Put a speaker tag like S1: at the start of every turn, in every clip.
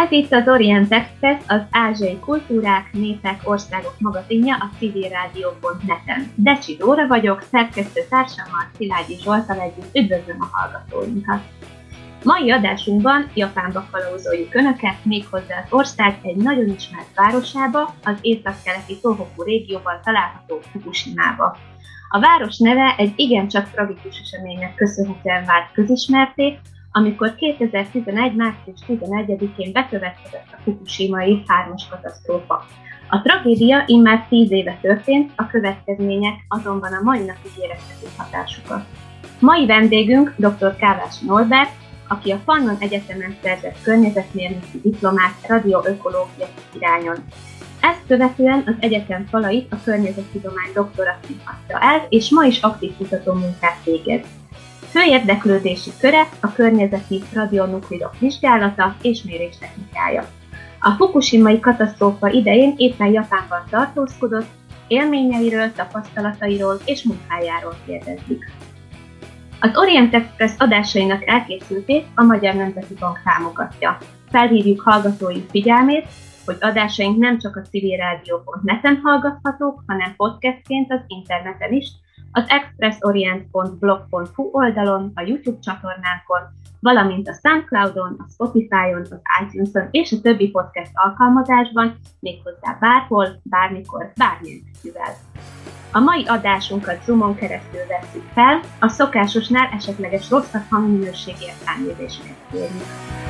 S1: Ez itt az Orient Express, az ázsiai kultúrák, népek, országok magazinja a civilrádió.net-en. Decsi Dóra vagyok, szerkesztő társammal, Szilágyi Zsolttal együtt üdvözlöm a hallgatóinkat. Mai adásunkban Japánba kalauzoljuk Önöket, méghozzá az ország egy nagyon ismert városába, az északkeleti Tohoku régióban található Fukushimába. A város neve egy igencsak tragikus eseménynek köszönhetően vált közismertté, amikor 2011. március 11-én bekövetkezett a fukushimai 3-as katasztrófa. A tragédia immár 10 éve történt, a következmények azonban a mai napig érezhetik hatásukat. Mai vendégünk dr. Kávási Norbert, aki a Pannon Egyetemen szerzett környezetmérnöki diplomát radioökológia irányon. Ezt követően az egyetem falait a környezettudomány doktoraként adta el, és ma is aktív kutatómunkát végez. Fő érdeklődési köre a környezeti radionuklidok vizsgálata és méréstechnikája. A fukushimai katasztrófa idején éppen Japánban tartózkodott, élményeiről, tapasztalatairól és munkájáról kérdezzük. Az Orient Express adásainak elkészültét a Magyar Nemzeti Bank támogatja. Felhívjuk hallgatóink figyelmét, hogy adásaink nem csak a civilrádió.net-en hallgathatók, hanem podcastként az interneten is, az expressorient.blog.hu oldalon, a YouTube csatornánkon, valamint a Soundcloudon, a Spotify-on, az iTunes-on és a többi podcast alkalmazásban, méghozzá bárhol, bármikor, bármilyen kütyűvel. A mai adásunkat Zoomon keresztül vesszük fel, a szokásosnál esetleges rosszabb hangminőségért elnézést kérjük.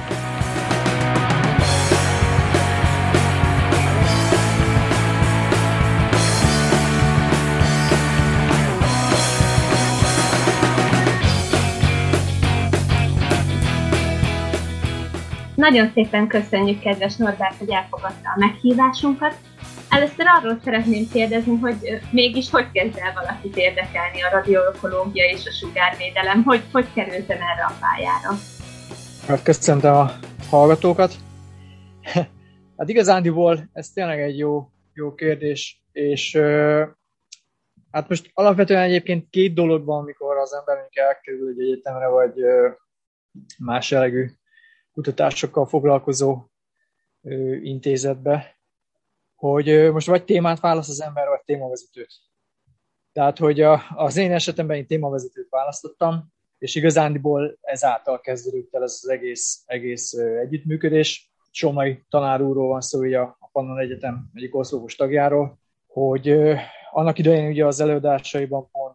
S1: Nagyon szépen köszönjük, kedves Norbert, hogy elfogadta a meghívásunkat. Először arról szeretném kérdezni, hogy mégis hogy kezd el valakit érdekelni a radioökológia és a sugárvédelem? Hogy kerültem erre a pályára?
S2: Hát köszöntöm a hallgatókat. Hát igazándiból ez tényleg egy jó kérdés, és hát most alapvetően egyébként két dolog van, amikor az ember elkerül egy egyetemre, vagy más jellegű kutatásokkal foglalkozó intézetbe, hogy most vagy témát választ az ember, vagy témavezetőt. Tehát, hogy az én esetemben én témavezetőt választottam, és igazándiból ezáltal kezdődött el ez az egész együttműködés. Somai tanár úrról van szó, ugye a Pannon Egyetem egyik oszlopos tagjáról, hogy annak idején ugye az előadásaiban pont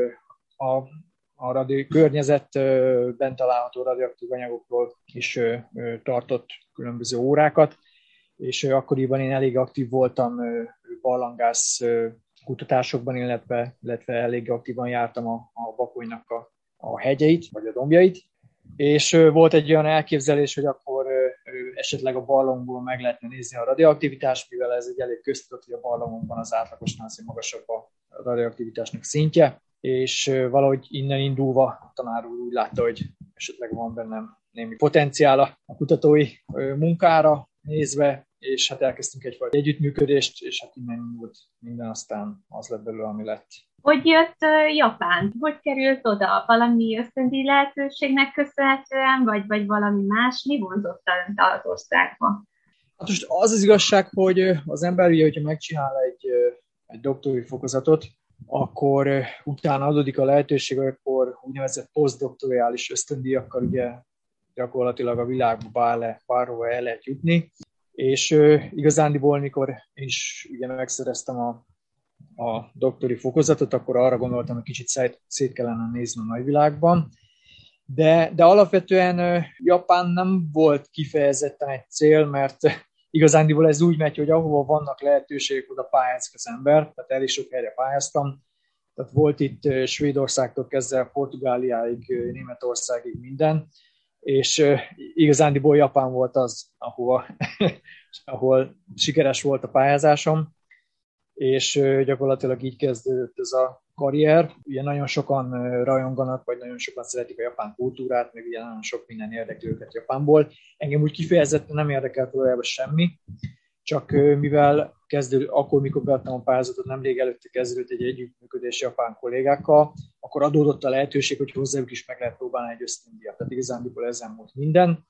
S2: a környezetben található radioaktív anyagokról is tartott különböző órákat, és akkoriban én elég aktív voltam barlangász kutatásokban, illetve elég aktívan jártam a Bakonynak a hegyeit, vagy a dombjait, és volt egy olyan elképzelés, hogy akkor esetleg a barlangból meg lehetne nézni a radioaktivitást, mivel ez egy elég köztudott, hogy a barlangokban az átlagosnál azért magasabb a radioaktivitásnak szintje, és valahogy innen indulva a tanár úr úgy látta, hogy esetleg van bennem némi potenciál a kutatói munkára nézve, és hát elkezdtünk egyfajta együttműködést, és hát innen indult minden, aztán az lett belőle, ami lett.
S1: Hogy jött Japán? Hogy került oda? Valami ösztöndíj lehetőségnek köszönhetően, vagy valami más? Mi vonzotta önt az országba?
S2: Hát most az igazság, hogy az ember, ugye, hogyha megcsinál egy doktori fokozatot, akkor utána adódik a lehetőség, akkor úgynevezett posztdoktoriális ösztöndíjakkal ugye gyakorlatilag a világba bárhova el lehet jutni. És igazándiból, mikor én is ugye megszereztem a doktori fokozatot, akkor arra gondoltam, hogy kicsit szét kellene nézni a nagyvilágban. De alapvetően Japán nem volt kifejezetten egy cél, mert igazándiból ez úgy megy, hogy ahova vannak lehetőségek, oda pályázik az ember, tehát elég sok helyre pályáztam. Tehát volt itt Svédországtól kezdve Portugáliáig, Németországig minden, és igazándiból Japán volt az, ahol sikeres volt a pályázásom, és gyakorlatilag így kezdődött ez a karrier. Ugye nagyon sokan rajonganak, vagy nagyon sokan szeretik a japán kultúrát, meg ugye nagyon sok minden érdekli őket Japánból. Engem úgy kifejezetten nem érdekelt valójában semmi, csak mivel akkor, mikor beadtam a pályázatot, nemrég előtte kezdődött egy együttműködés japán kollégákkal, akkor adódott a lehetőség, hogy hozzájuk is meg lehet próbálni egy ösztöndíjat. Tehát igazándiból ezen volt minden.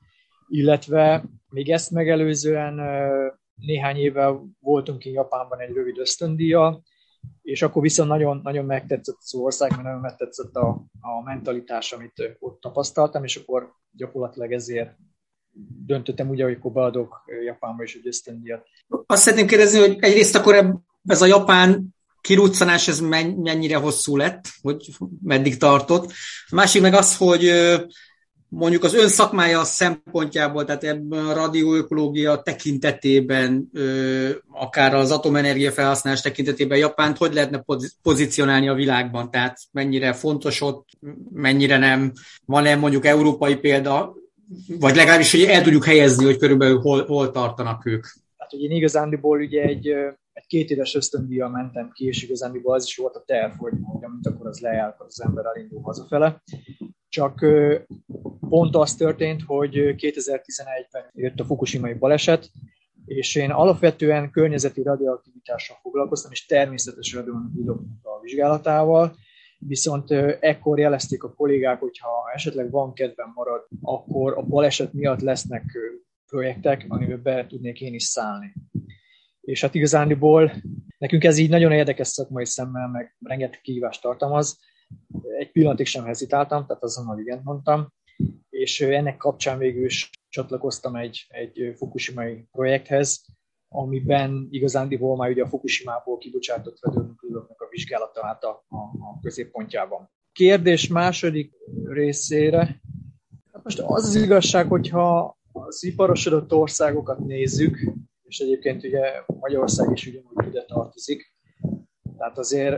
S2: illetve még ezt megelőzően néhány évvel voltunk ki Japánban egy rövid ösztöndíjjal, és akkor viszont nagyon, nagyon megtetszett az ország, mert nagyon megtetszett a mentalitás, amit ott tapasztaltam, és akkor gyakorlatilag ezért döntöttem úgy, hogy akkor beadok Japánba is egy ösztöndíjat.
S3: Azt szeretném kérdezni, hogy egyrészt akkor ez a japán kiruccanás, ez mennyire hosszú lett, hogy meddig tartott. A másik meg az, hogy mondjuk az ön szakmája szempontjából, tehát ebben a radioökológia tekintetében, akár az atomenergia felhasználás tekintetében Japánt hogy lehetne pozícionálni a világban? Tehát mennyire fontos ott, mennyire nem? Van-e mondjuk európai példa, vagy legalábbis, hogy el tudjuk helyezni, hogy körülbelül hol tartanak ők?
S2: Hát ugye én igazándiból ugye egy 2 éves ösztöndíjjal mentem ki, és igazándiból az is volt a terv, hogy amint akkor az lejár, akkor az ember elindul hazafele. Csak pont az történt, hogy 2011-ben jött a fukushimai baleset, és én alapvetően környezeti radioaktivitással foglalkoztam, és természetes radioaktivitásnak a vizsgálatával, viszont ekkor jelezték a kollégák, hogy ha esetleg van kedvem marad, akkor a baleset miatt lesznek projektek, amiben be tudnék én is szállni. És hát igazándiból nekünk ez így nagyon érdekes szakmai szemmel, meg rengeteg kihívást tartalmaz. Egy pillanatig sem hezitáltam, tehát azonnal igent mondtam, és ennek kapcsán végül is csatlakoztam egy fukushimai projekthez, amiben igazándiból már ugye a Fukushimából kibocsátott radionukleidoknak a vizsgálata állt a középpontjában. Kérdés második részére. Most az igazság, hogyha az iparosodott országokat nézzük, és egyébként ugye Magyarország is ugyanúgy ide tartozik, tehát azért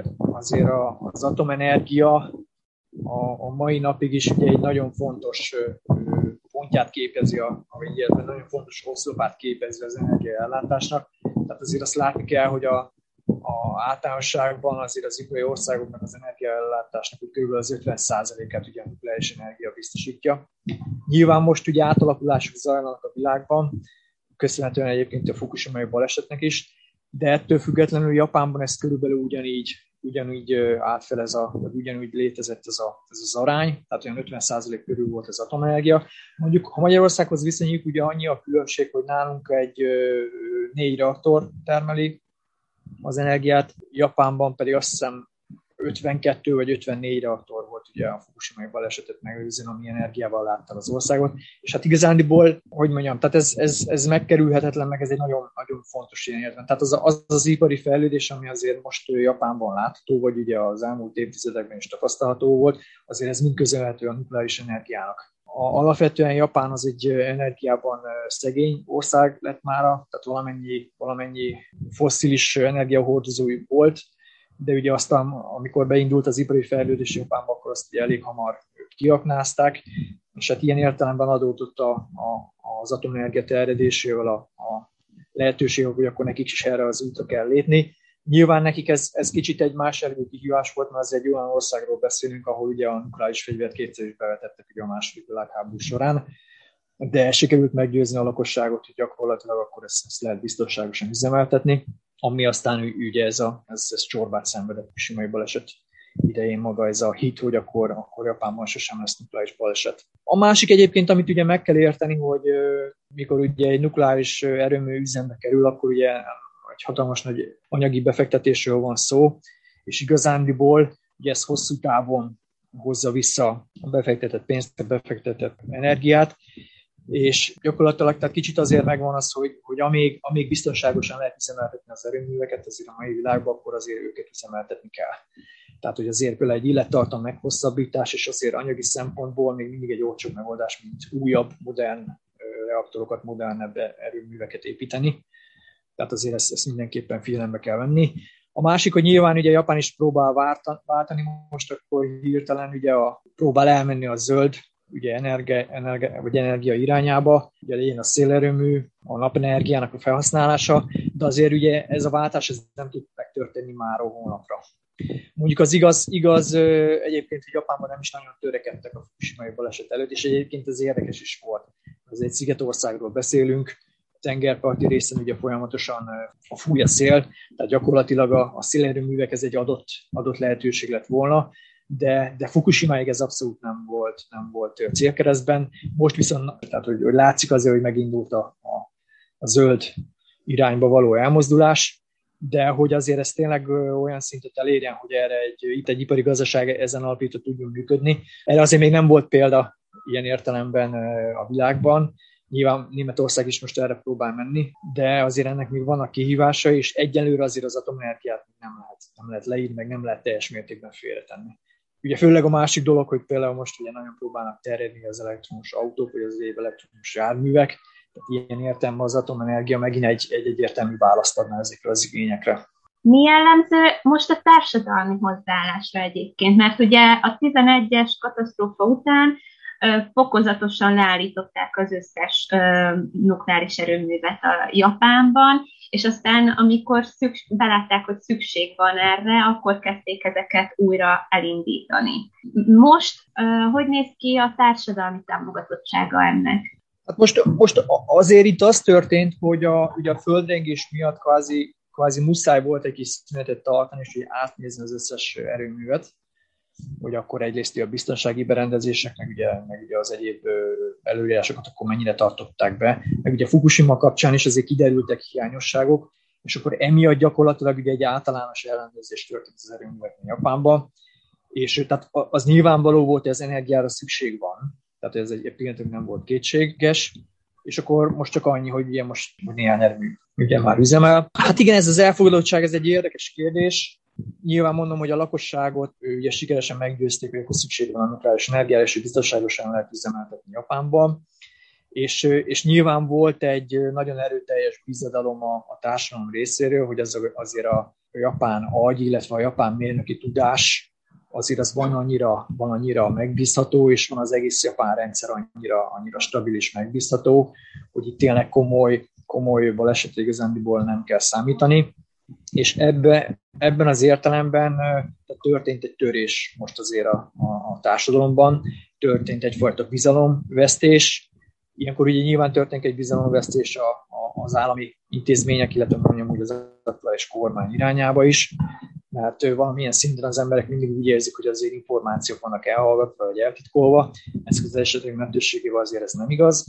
S2: az atomenergia a mai napig is ugye egy nagyon fontos pontját képezi, nagyon fontos oszlopát képezi az energiaellátásnak. Tehát azért azt látni kell, hogy a általánosságban azért az ipari országoknak az energiaellátásnak kb. Az 50%-át ugye a nukleáris energia biztosítja. Nyilván most ugye átalakulások zajlanak a világban, köszönhetően egyébként a fukushimai balesetnek is, de ettől függetlenül Japánban ez körülbelül ugyanúgy állt fel, ugyanúgy létezett ez az arány, tehát olyan 50% körül volt az atomenergia. Mondjuk, ha Magyarországhoz viszonyítjuk, ugye annyi a különbség, hogy nálunk egy 4 reaktor termeli az energiát, Japánban pedig azt hiszem 52 vagy 54 reaktor volt ugye a fukushimai balesetet megelőzően, ami energiával látta az országot. És hát igazándiból, hogy mondjam, tehát ez megkerülhetetlen, meg ez egy nagyon, nagyon fontos ilyen értelem. Tehát az ipari fejlődés, ami azért most Japánban látható, vagy ugye az elmúlt évtizedekben is tapasztalható volt, azért ez mind köszönhető a nukleáris energiának. Alapvetően Japán az egy energiában szegény ország lett mára, tehát valamennyi fosszilis energiahordozó volt, de ugye aztán, amikor beindult az ipari fejlődés Japánban, akkor azt elég hamar kiaknázták, és hát ilyen értelemben adódott az atomenergia terjedésével a lehetőség, hogy akkor nekik is erre az útra kell lépni. Nyilván nekik ez kicsit egy más erős kihívás volt, mert ez egy olyan országról beszélünk, ahol ugye a nukleáris fegyvert kétszer is bevetettek ugye a második világháború során, de sikerült meggyőzni a lakosságot, hogy gyakorlatilag akkor ezt lehet biztonságosan üzemeltetni, ami aztán ugye ez csorbát szenvedett a fukushimai baleset idején maga ez a hit, hogy akkor Japánban sosem lesz nukleáris baleset. A másik egyébként, amit ugye meg kell érteni, hogy mikor ugye egy nukleáris erőmű üzembe kerül, akkor ugye egy hatalmas nagy anyagi befektetésről van szó, és igazándiból ugye ez hosszú távon hozza vissza a befektetett pénzt, a befektetett energiát, és gyakorlatilag tehát kicsit azért megvan az, hogy amíg biztonságosan lehet üzemeltetni az erőműveket azért a mai világban, akkor azért őket üzemeltetni kell. Tehát, hogy azért például egy élettartam meghosszabbítás, és azért anyagi szempontból még mindig egy olcsóbb megoldás, mint újabb, modern reaktorokat, modernebb erőműveket építeni. Tehát azért ezt mindenképpen figyelembe kell venni. A másik, hogy nyilván ugye Japán is próbál váltani most, akkor hirtelen ugye próbál elmenni a zöld ugye energia irányába, ugye legyen a szélerőmű, a napenergiának a felhasználása, de azért ugye ez a váltás ez nem tud megtörténni már hónapra. Mondjuk az igaz egyébként, hogy Japánban nem is nagyon törekedtek a fukushimai baleset előtt, és egyébként ez érdekes is volt. Ez egy szigetországról beszélünk, a tengerparti részen ugye folyamatosan fúj a szél, tehát gyakorlatilag a szélerőművek ez egy adott lehetőség lett volna, de Fukushimáig ez abszolút nem volt célkeresztben. Most viszont, tehát, hogy látszik azért, hogy megindult a zöld irányba való elmozdulás, de hogy azért ez tényleg olyan szintet elérjen, hogy erre itt egy ipari gazdaság ezen alapítva tudjon működni. Erre azért még nem volt példa ilyen értelemben a világban. Nyilván Németország is most erre próbál menni, de azért ennek még vannak kihívásai, és egyelőre azért az atomenergiát nem lehet leírni, meg nem lehet teljes mértékben félretenni. Ugye főleg a másik dolog, hogy például most ugye nagyon próbálnak terjedni az elektromos autók, vagy az elektromos járművek, tehát ilyen értelemben az atomenergia megint egy egyértelmű választ adna ezekre az igényekre.
S1: Mi jellemző most a társadalmi hozzáállásra egyébként? Mert ugye a 11-es katasztrófa után fokozatosan leállították az összes nukleáris erőművet a Japánban, és aztán, amikor belátták, hogy szükség van erre, akkor kezdték ezeket újra elindítani. Most hogy néz ki a társadalmi támogatottsága ennek?
S2: Hát most azért itt az történt, hogy ugye a földrengés miatt kvázi muszáj volt egy kis szünetet tartani, és ugye átnézni az összes erőművet, hogy akkor egyrészt a biztonsági berendezések, meg ugye az egyéb előírásokat akkor mennyire tartották be. Meg ugye Fukushima kapcsán is azért kiderültek hiányosságok, és akkor emiatt gyakorlatilag ugye egy általános ellenőrzés történt az erőműveknél Japánban, és tehát az nyilvánvaló volt, hogy az energiára szükség van, tehát ez egy pillanatig nem volt kétséges, és akkor most csak annyi, hogy ugye most néhány erőmű ugye már üzemel. Hát igen, ez az elfogadottság, ez egy érdekes kérdés. Nyilván mondom, hogy a lakosságot ugye sikeresen meggyőzték, hogy akkor szükség van a nukleáris energiára, és biztonságosan lehet üzemeltetni Japánban. És nyilván volt egy nagyon erőteljes bizadalom a társadalom részéről, hogy azért a japán agy, illetve a japán mérnöki tudás azért az van annyira megbízható, és van az egész japán rendszer annyira stabil és megbízható, hogy itt tényleg komoly balesetre igazándiból nem kell számítani. És ebben az értelemben történt egy törés most azért a társadalomban, történt egyfajta bizalomvesztés. Ilyenkor ugye nyilván történik egy bizalomvesztés az állami intézmények, illetve mondjam úgy az aktuális kormány irányába is, mert valamilyen szinten az emberek mindig úgy érzik, hogy azért információk vannak elhallgatva, vagy eltitkolva. Ez az esetek mentőségével azért ez nem igaz.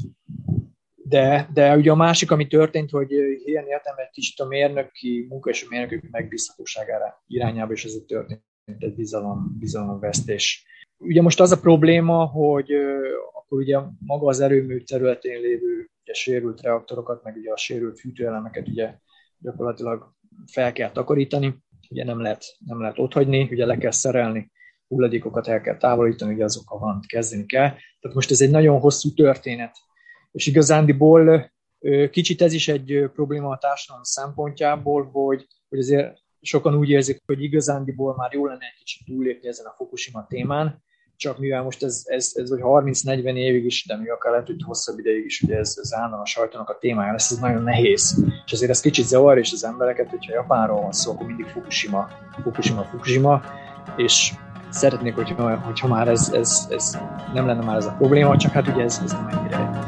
S2: De ugye a másik, ami történt, hogy ilyen értelemben egy kicsit a mérnöki munka és a mérnökök megbízhatóságára irányába is ezért történt egy bizalomvesztés. Ugye most az a probléma, hogy akkor ugye maga az erőmű területén lévő ugye sérült reaktorokat, meg ugye a sérült fűtőelemeket ugye gyakorlatilag fel kell takarítani, ugye nem lehet otthagyni, ugye le kell szerelni, hulladékokat el kell távolítani, ugye azokkal valamit kezdeni kell. Tehát most ez egy nagyon hosszú történet. És igazándiból kicsit ez is egy probléma a társadalom szempontjából, hogy azért sokan úgy érzik, hogy igazándiból már jó lenne egy kicsit túllépni ezen a Fukushima témán, csak mivel most ez vagy 30-40 évig is, de még akár lehet, hogy hosszabb ideig is, ugye ez állandóan a sajtónak a témája lesz, ez nagyon nehéz. És azért ez kicsit zavar is az embereket, hogyha Japánról van szó, akkor mindig Fukushima, és szeretnék, hogyha már ez nem lenne már ez a probléma, csak hát ugye ez nem ennyire.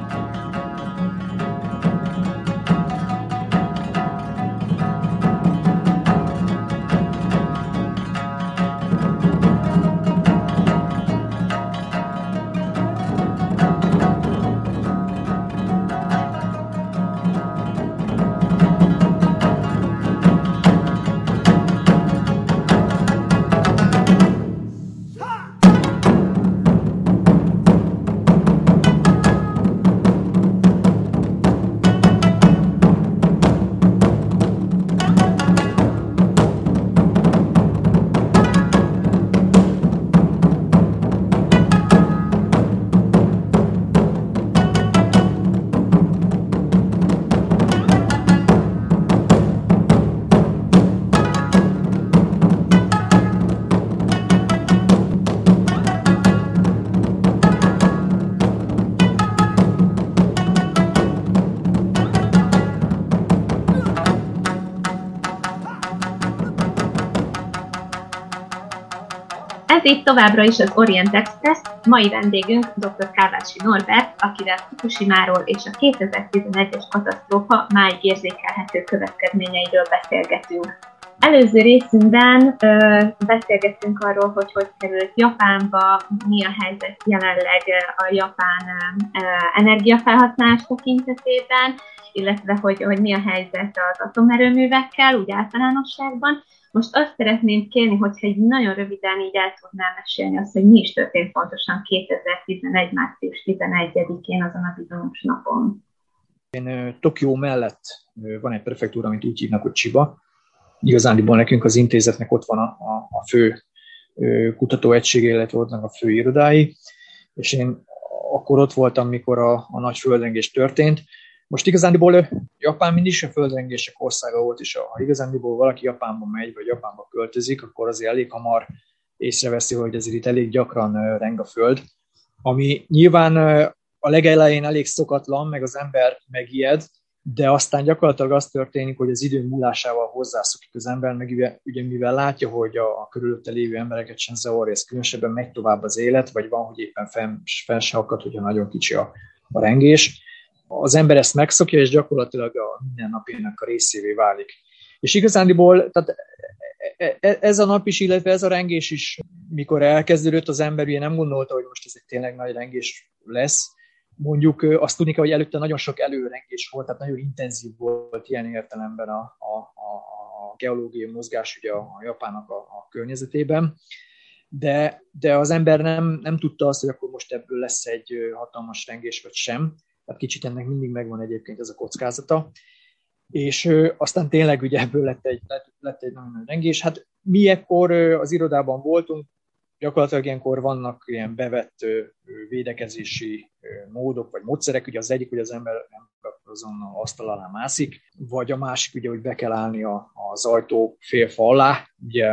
S1: Ez itt továbbra is az Orient Express, mai vendégünk dr. Kávási Norbert, akivel Fukushimáról és a 2011-es katasztrófa máig érzékelhető következményeiről beszélgetünk. Előző részünkben beszélgettünk arról, hogy került Japánba, mi a helyzet jelenleg a japán energiafelhasználás tekintetében, illetve hogy mi a helyzet az atomerőművekkel, úgy általánosságban. Most azt szeretném kérni, hogyha így nagyon röviden így el tudnám mesélni azt, hogy mi is történt pontosan 2011. március 11-én azon a bizonyos napon.
S2: Tokió mellett van egy prefektúra, amit úgy hívnak, hogy Chiba. Igazándiból nekünk az intézetnek ott van a fő kutatóegysége, illetve ott a fő irodái, és én akkor ott voltam, mikor a nagy földrengés történt. Most igazándiból Japán mindig is a földrengések országa volt, és ha igazándiból valaki Japánba megy, vagy Japánba költözik, akkor azért elég hamar észreveszi, hogy azért itt elég gyakran reng a föld, ami nyilván a legelején elég szokatlan, meg az ember megijed, de aztán gyakorlatilag az történik, hogy az idő múlásával hozzászokik az ember, meg ugye mivel látja, hogy a körülötte lévő embereket sem zavarja, ez különösebben megy tovább az élet, vagy van, hogy éppen fel se akad, hogyha nagyon kicsi a rengés. Az ember ezt megszokja, és gyakorlatilag a mindennapjának a részévé válik. És igazándiból, tehát ez a nap is, illetve ez a rengés is, mikor elkezdődött, az ember ugye nem gondolta, hogy most ez egy tényleg nagy rengés lesz. Mondjuk azt tudni kell, hogy előtte nagyon sok előrengés volt, tehát nagyon intenzív volt ilyen értelemben a geológiai mozgás ugye a Japánnak a környezetében, de az ember nem tudta azt, hogy akkor most ebből lesz egy hatalmas rengés vagy sem, tehát kicsit ennek mindig megvan egyébként ez a kockázata, és aztán tényleg ugye ebből lett egy nagyon nagy rengés. Hát mi ekkor az irodában voltunk, gyakorlatilag ilyenkor vannak ilyen bevett védekezési módok vagy módszerek, ugye az egyik, hogy az ember azon asztal alá mászik, vagy a másik, ugye, hogy be kell állni az ajtó félfa alá. Ugye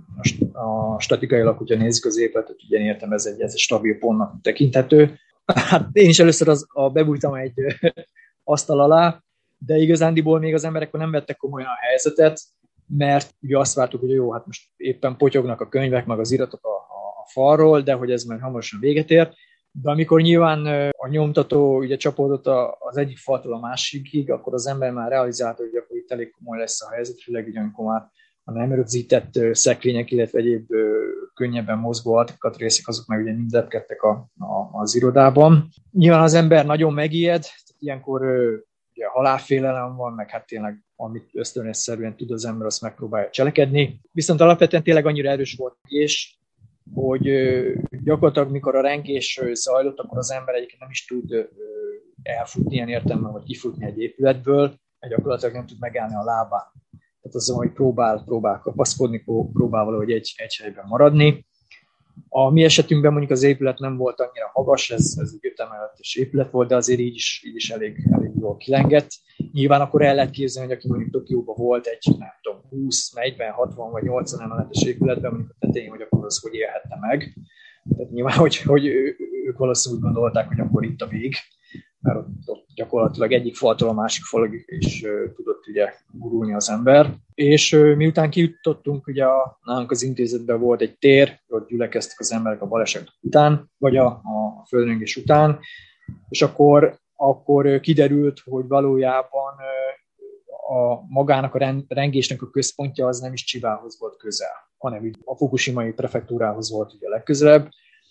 S2: a statikailag, hogyha nézzük az épületet, ugye értem, ez egy stabil pontnak tekinthető. Hát én is először bebújtam egy asztal alá, de igazándiból még az emberek nem vettek komolyan a helyzetet, mert ugye azt vártuk, hogy jó, hát most éppen potyognak a könyvek, meg az iratok a falról, de hogy ez már hamarosan véget ér. De amikor nyilván a nyomtató ugye csapódott az egyik faltól a másikig, akkor az ember már realizálta, hogy akkor itt elég komoly lesz a helyzet, főleg ugye, amikor már a nem rögzített szekrények, illetve egyéb könnyebben mozgó alkatrészek, azok meg ugye mind lepkedtek az irodában. Nyilván az ember nagyon megijed, ilyenkor ugye halálfélelem van, meg hát tényleg, amit ösztönösszerűen tud az ember, azt megpróbálja cselekedni. Viszont alapvetően tényleg annyira erős volt, és hogy gyakorlatilag mikor a rengés zajlott, akkor az ember egyébként nem is tud elfutni ilyen értelemben, vagy kifutni egy épületből, mert gyakorlatilag nem tud megállni a lábán. Tehát azon, hogy próbál kapaszkodni, próbál valahogy egy helyben maradni. A mi esetünkben mondjuk az épület nem volt annyira magas, ez egy 5 emeletes épület volt, de azért így is elég jól kilengett. Nyilván akkor el lehet képzelni, hogy aki mondjuk Tokióban volt egy, nem tudom, 20, 40, 60 vagy 80 emeletes épületben, mondjuk a tetején, hogy akkor az hogy élhette meg. Tehát nyilván, hogy ők valószínűleg úgy gondolták, hogy akkor itt a vég, mert ott gyakorlatilag egyik faltól a másik falig is tudott ugye gurulni az ember. És miután kijutottunk, ugye nálunk az intézetben volt egy tér, ott gyülekeztek az emberek a baleset után, vagy a földrengés után, és akkor kiderült, hogy valójában magának a rengésnek a központja az nem is Chibához volt közel, hanem a fukushimai prefektúrához volt ugye legközelebb.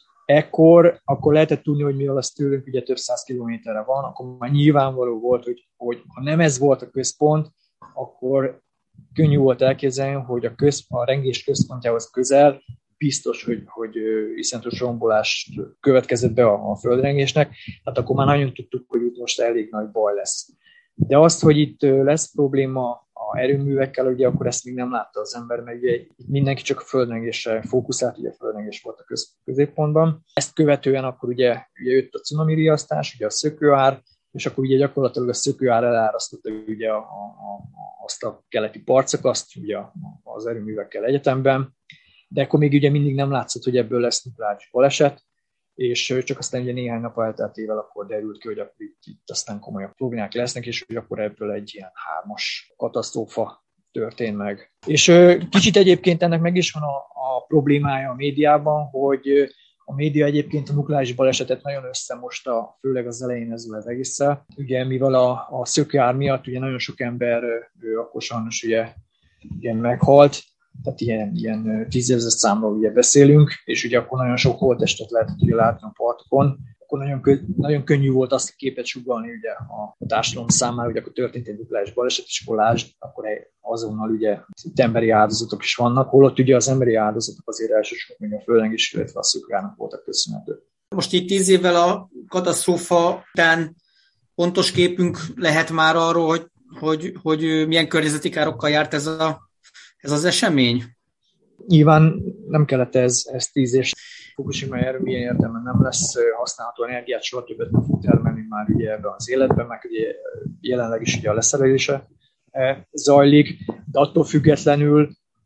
S2: Akkor lehetett tudni, hogy mivel az tőlünk ugye több 100 kilométerre van, akkor már nyilvánvaló volt, hogy ha nem ez volt a központ, akkor könnyű volt elképzelni, hogy a rengés központjához közel biztos, hogy iszonyatos rombolás következett be a földrengésnek, tehát akkor már nagyon tudtuk, hogy itt most elég nagy baj lesz. De azt, hogy itt lesz probléma a erőművekkel, ugye akkor ezt még nem látta az ember, mert ugye mindenki csak a földrengésre fókuszált, ugye a földrengés volt a középpontban. Ezt követően akkor ugye jött a cunami riasztás, ugye a szökőár, és akkor ugye gyakorlatilag a szökőár elárasztotta ugye azt a keleti partszakaszt ugye az erőművekkel egyetemben, de akkor még ugye mindig nem látszott, hogy ebből lesz nukleáris baleset, és csak aztán ugye néhány nap elteltével akkor derült ki, hogy akkor itt aztán komolyabb problémák lesznek, és hogy akkor ebből egy ilyen 3-as katasztrófa történt meg. És kicsit egyébként ennek meg is van a problémája a médiában, hogy a média egyébként a nukleáris balesetet nagyon összemosta, főleg az elején ezzel az egésszel. Ugye mivel a szökőár miatt ugye nagyon sok ember akkor sajnos ugye ugye meghalt, tehát ilyen 10 000 számról ugye beszélünk, és ugye akkor nagyon sok holttestet lehetett ugye látni a partokon, akkor nagyon könnyű volt azt a képet sugallni ugye a társadalom számára, hogy akkor történt egy nukleáris baleset, és akkor azonnal ugye itt emberi áldozatok is vannak, holott ugye az emberi áldozatok azért elsősorban a földrengés, illetve a szökőárnak voltak köszönhetők.
S3: Most itt 10 évvel a katasztrófa után pontos képünk lehet már arról, hogy milyen környezeti károkkal járt ez az esemény?
S2: Nyilván nem kellett ez 10 év. Fukushima erőmű ilyen értelemben nem lesz használható energiát, soha többet nem fog termelni már ugye ebben az életben, meg ugye jelenleg is ugye a leszerelése zajlik, de attól függetlenül,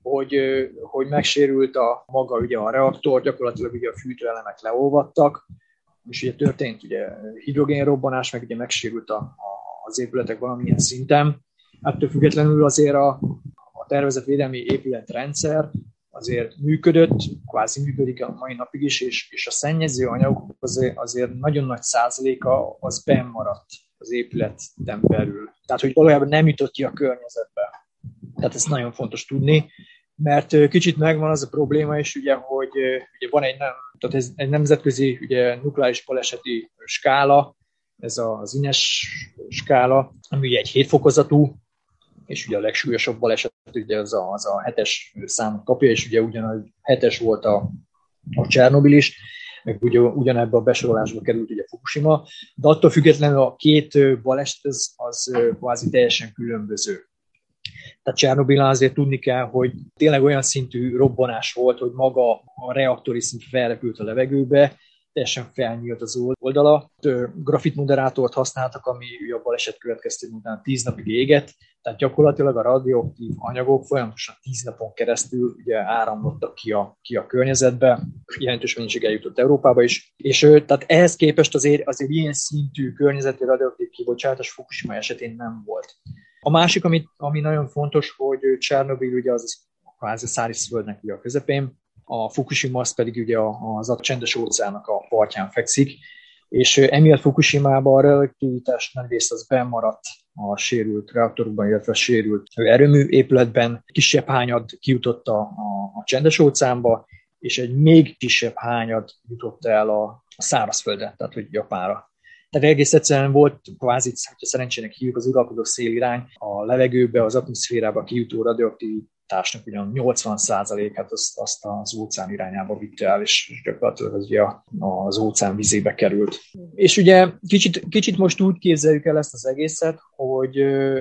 S2: hogy megsérült maga ugye a reaktor, gyakorlatilag ugye a fűtőelemek leolvadtak, és ugye történt ugye hidrogénrobbanás, meg ugye megsérült az épületek valamilyen szinten. Ettől függetlenül azért a tervezett védelmi épületrendszer azért működött, kvázi működik a mai napig is, és a szennyező anyagok azért nagyon nagy százaléka az benn maradt az épületen belül. Tehát, hogy valójában nem jutott ki a környezetbe. Tehát ezt nagyon fontos tudni, mert kicsit megvan az a probléma is, ugye, hogy ugye van egy nemzetközi ugye, nukleáris baleseti skála, ez az INES skála, ami ugye egy 7 fokozatú, és ugye a legsúlyosabb baleset ugye az a 7-es számot kapja, és ugye ugyanaz 7-es volt a Csernobil is, meg ugye ugyanebben a besorolásba került ugye Fukushima, de attól függetlenül a két baleset az kvázi teljesen különböző. Tehát Csernobilnál azért tudni kell, hogy tényleg olyan szintű robbanás volt, hogy maga a reaktor is szinte felrepült a levegőbe, teljesen felnyílt az oldala. Grafitmoderátort használtak, ami a baleset következtében után 10 napig égett, tehát gyakorlatilag a radioaktív anyagok folyamatosan 10 napon keresztül ugye áramlottak ki a környezetbe, jelentős mennyiség eljutott Európába is, és tehát ehhez képest azért ilyen szintű környezeti radioaktív kibocsátás Fukushima esetén nem volt. A másik, ami nagyon fontos, hogy Csernobil ugye az kvázi szárazföldnek ugye a közepén, a Fukushima az pedig ugye az csendes óceánnak a partján fekszik, és emiatt Fukushimában a radioaktivitás nagy részt az bennmaradt a sérült reaktorokban, illetve a sérült erőmű épületben, kisebb hányad kijutott a csendes óceánba, és egy még kisebb hányad jutott el a szárazföldre, tehát hogy Japánra. Tehát egész egyszerűen volt kvázi, hogyha szerencsének hívjuk, az uralkodó szélirány a levegőbe, az atmoszférába kijutó radioaktivitásnak ugyan 80%-át azt az óceán irányába vitte el, és gyakorlatilag az, ugye az óceán vizébe került. És ugye kicsit most úgy képzeljük el ezt az egészet, hogy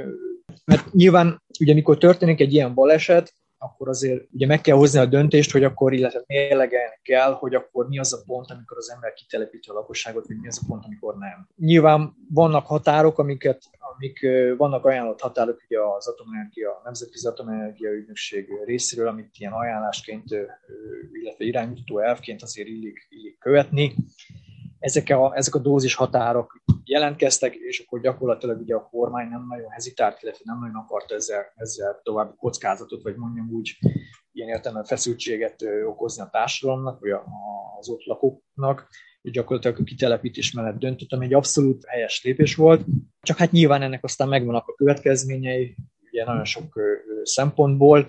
S2: mert nyilván ugye mikor történik egy ilyen baleset, akkor azért ugye meg kell hozni a döntést, hogy akkor, illetve mérlegelni kell, hogy akkor mi az a pont, amikor az ember kitelepíti a lakosságot, vagy mi az a pont, amikor nem. Nyilván vannak határok, amik vannak ajánlott határok ugye az atomenergia, Nemzetközi Atomenergia Ügynökség részéről, amit ilyen ajánlásként, illetve iránymutató elvként azért illik követni. Ezek a dózis határok jelentkeztek, és akkor gyakorlatilag ugye a kormány nem nagyon hezitált, illetve nem nagyon akarta ezzel további kockázatot, vagy mondjam úgy, ilyen értelemben feszültséget okozni a társadalomnak, vagy az ott lakóknak, hogy gyakorlatilag a kitelepítés mellett döntött, ami egy abszolút helyes lépés volt. Csak hát nyilván ennek aztán megvannak a következményei, ugye nagyon sok szempontból,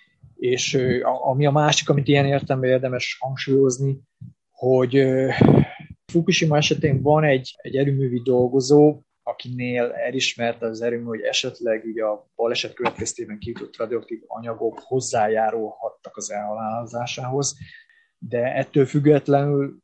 S2: és ami a másik, amit ilyen értelemben érdemes hangsúlyozni, hogy Fukushima esetén van egy erőművi dolgozó, akinél elismerte az erőmű, hogy esetleg ugye a baleset következtében kijutott radioaktív anyagok hozzájárulhattak az elhalálozásához, de ettől függetlenül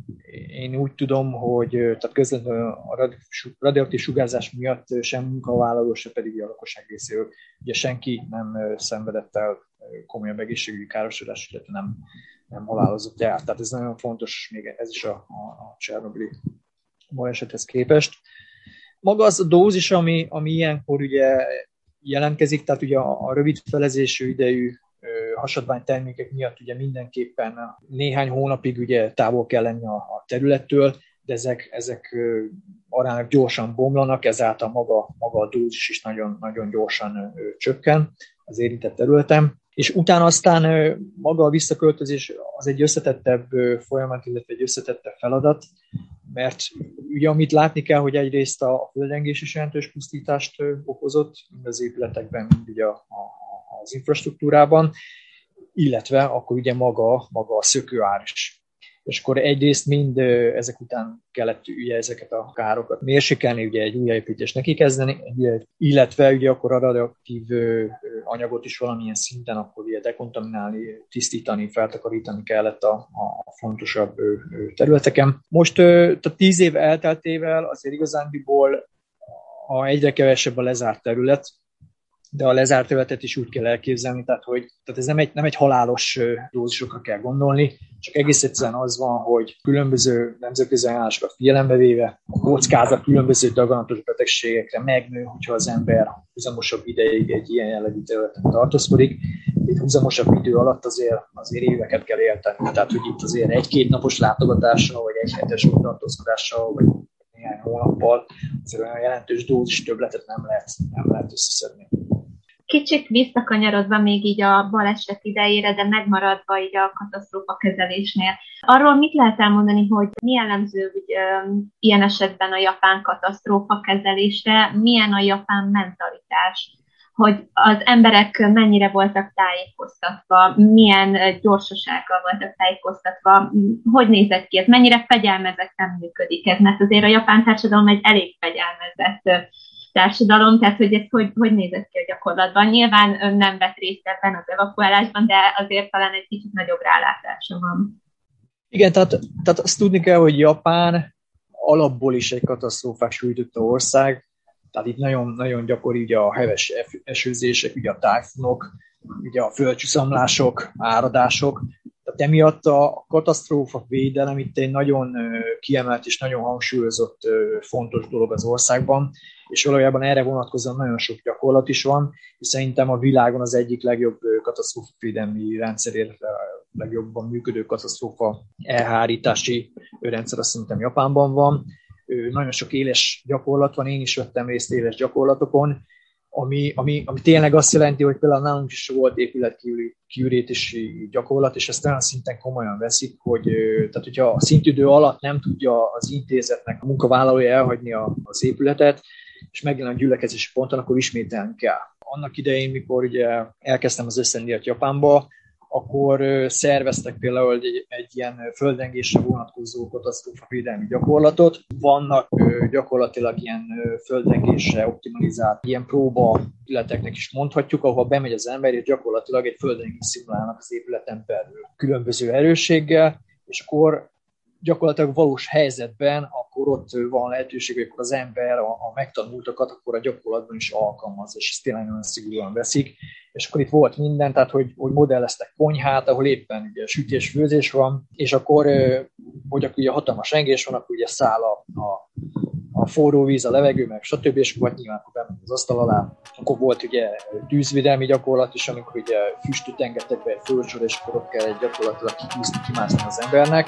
S2: én úgy tudom, hogy tehát közvetlenül a radioaktív sugárzás miatt sem munkavállaló, se pedig a lakosság részéről ugye senki nem szenvedett el komolyabb egészségügyi károsodást, illetve nem halálozott el. Tehát ez nagyon fontos, még ez is a Csernobili balesethez képest. Maga az a dózis, ami ilyenkor ugye jelentkezik, tehát ugye a rövid felezésű idejű hasadványtermékek miatt ugye mindenképpen néhány hónapig ugye távol kell lenni a területtől, de ezek aránylag gyorsan bomlanak, ezáltal maga a dózis is nagyon, nagyon gyorsan csökken az érintett területen. És utána aztán maga a visszaköltözés az egy összetettebb folyamat, illetve egy összetettebb feladat, mert ugye amit látni kell, hogy egyrészt a földrengés is jelentős pusztítást okozott, mind az épületekben, mind ugye a az infrastruktúrában, illetve akkor ugye maga a szökőár is. És akkor egyrészt mind ezek után kellett ugye ezeket a károkat mérsékelni, ugye egy újjáépítést neki kezdeni, illetve ugye akkor a radioaktív anyagot is valamilyen szinten akkor ugye dekontaminálni, tisztítani, feltakarítani kellett a fontosabb területeken. Most a 10 év elteltével azért igazándiból egyre kevesebb a lezárt terület, de a lezárt területet is úgy kell elképzelni, tehát ez nem egy halálos dózisokra kell gondolni, csak egész egyszerűen az van, hogy különböző nemzetközi ajánlásokat figyelembe véve a kockázat különböző daganatos betegségekre megnő, hogyha az ember húzamosabb ideig egy ilyen jellegű területen tartózkodik. Itt húzamosabb idő alatt azért éveket kell élteni, tehát hogy itt azért 1-2 napos látogatással, vagy 1 hetes tartózkodással, vagy néhány hónappal azért olyan jelentős dózis többletet nem lehet összeszedni.
S1: Kicsit visszakanyarodva még így a baleset idejére, de megmaradva így a katasztrófa kezelésnél. Arról mit lehet elmondani, hogy mi jellemző ilyen esetben a japán katasztrófa kezelésre, milyen a japán mentalitás, hogy az emberek mennyire voltak tájékoztatva, milyen gyorsasággal voltak tájékoztatva, hogy nézett ki ez, mennyire fegyelmezetten működik ez, mert azért a japán társadalom egy elég fegyelmezett társadalom, tehát hogy ez hogy nézett ki a gyakorlatban. Nyilván ön nem vett részt ebben az evakuálásban, de azért talán egy kicsit nagyobb rálátása van.
S2: Igen, tehát azt tudni kell, hogy Japán alapból is egy katasztrófák sújtotta ország, tehát itt nagyon, nagyon gyakori ugye a heves esőzések, ugye a tájfunok, ugye a földcsúszamlások, áradások. Tehát emiatt a katasztrófa védelem itt egy nagyon kiemelt és nagyon hangsúlyozott fontos dolog az országban, és valójában erre vonatkozóan nagyon sok gyakorlat is van, és szerintem a világon az egyik legjobb katasztrófavédelmi rendszer, illetve legjobban működő katasztrófa elhárítási rendszer azt szerintem Japánban van. Nagyon sok éles gyakorlat van, én is vettem részt éles gyakorlatokon, ami tényleg azt jelenti, hogy például nálunk is volt épületkiürítési gyakorlat, és ezt olyan szinten komolyan veszik, tehát hogyha a szintidő alatt nem tudja az intézetnek a munkavállalója elhagyni az épületet, és megjelen a gyülekezési ponton, akkor ismételni kell. Annak idején, mikor ugye elkezdtem az összendíjat Japánba, akkor szerveztek például egy ilyen földrengésre vonatkozó katasztrófavédelmi gyakorlatot. Vannak gyakorlatilag ilyen földrengésre optimalizált ilyen próbaületeknek is mondhatjuk, ahol bemegy az ember, és gyakorlatilag egy földrengést szimulálnak az épületen belül különböző erősséggel, és akkor gyakorlatilag valós helyzetben, akkor ott van lehetőség, hogy akkor az ember a megtanultakat akkor a gyakorlatban is alkalmaz, és ezt tényleg nagyon szigorúan veszik. És akkor itt volt minden, tehát hogy modelleztek konyhát, ahol éppen ugye sütés-főzés van, és akkor, hogy akkor ugye hatalmas rengés van, akkor ugye száll a forró víz, a levegő, meg stb. És akkor nyilván akkor bement az asztal alá. Akkor volt ugye tűzvédelmi gyakorlat is, amikor ugye füstöt engedtek be egy földsor, és akkor ott kell egy gyakorlatilag kihúzni, kimászni az embernek.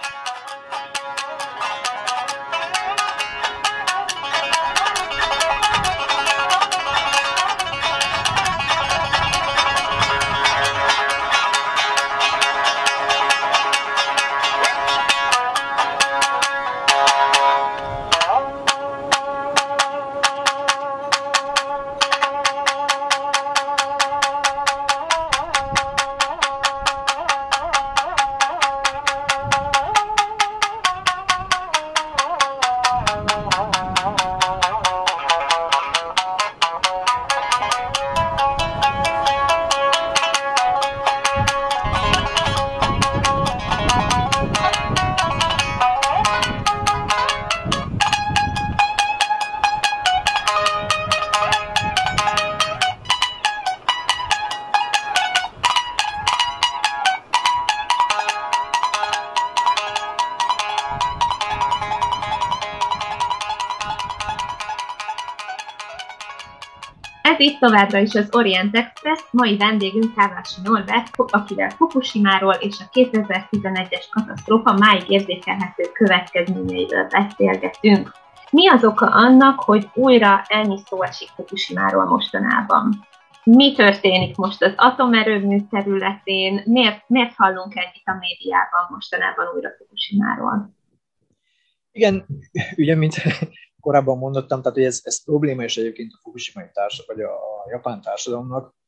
S1: Ez itt továbbra is az Orient Express, mai vendégünk Kávási Norbert, akivel Fukushimáról és a 2011-es katasztrófa máig érzékelhető következményeiről beszélgetünk. Mi az oka annak, hogy újra ennyi szó esik Fukushimáról mostanában? Mi történik most az atomerőmű területén? Miért hallunk ennyit a médiában mostanában újra Fukushimáról?
S2: Igen, ugye, mint korábban mondottam, tehát hogy ez probléma is egyébként a fukushimai vagy a japán társadalomnak,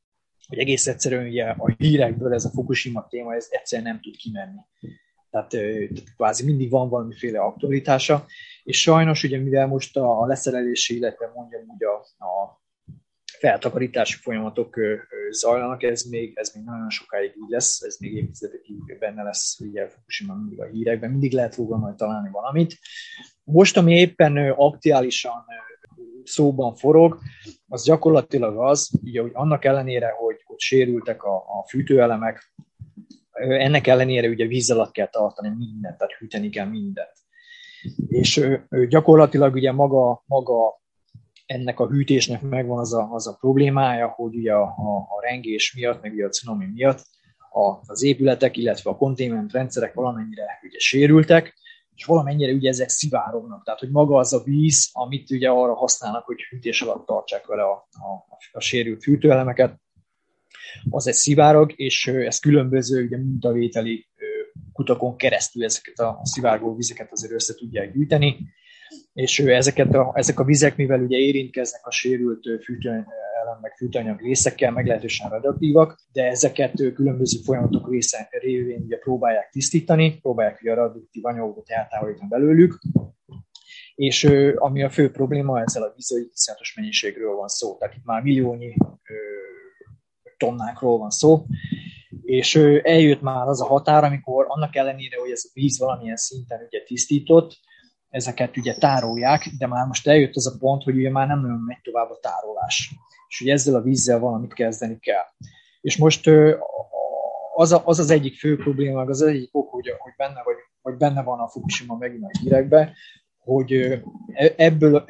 S2: hogy egész egyszerűen ugye a hírekből ez a Fukushima téma, ez egyszerűen nem tud kimenni. Tehát kvázi mindig van valamiféle aktualitása, és sajnos ugye mivel most a leszerelési, illetve mondjam úgy a feltakarítási folyamatok zajlanak, ez még nagyon sokáig így lesz, ez még évtizedekig benne lesz, ugye Fukushima mindig a hírekben, mindig lehet róla majd találni valamit. Most, ami éppen aktuálisan szóban forog, az gyakorlatilag az, ugye, hogy annak ellenére, hogy sérültek a fűtőelemek, ennek ellenére ugye víz alatt kell tartani mindent, tehát hűteni kell mindent. És gyakorlatilag ugye maga ennek a hűtésnek megvan az a problémája, hogy ugye a rengés miatt, meg ugye a cunami miatt az épületek, illetve a containment rendszerek valamennyire ugye sérültek, és valamennyire ugye ezek szivárognak. Tehát, hogy maga az a víz, amit ugye arra használnak, hogy hűtés alatt tartsák vele a sérült fűtőelemeket, az egy szivárog, és ez különböző ugye, mintavételi kutakon keresztül ezeket a szivárgó vizeket azért össze tudják gyűjteni, és ezek a vizek, mivel ugye érintkeznek a sérült fűtőelem meg fűtőanyag részekkel, meglehetősen radioaktívak, de ezeket különböző folyamatok révén ugye próbálják tisztítani, próbálják ugye a radioaktív anyagokat eltávolítani belőlük, és ami a fő probléma, ezzel a víz, hogy iszonyatos mennyiségről van szó, tehát itt már milliónyi tonnákról van szó, és eljött már az a határ, amikor annak ellenére, hogy ez a víz valamilyen szinten ugye tisztított, ezeket ugye tárolják, de már most eljött az a pont, hogy ugye már nem nagyon megy tovább a tárolás. És ugye ezzel a vízzel valamit kezdeni kell. És most az egyik fő probléma, az egyik ok, hogy benne van a Fukushima megint a hírekben, hogy ebből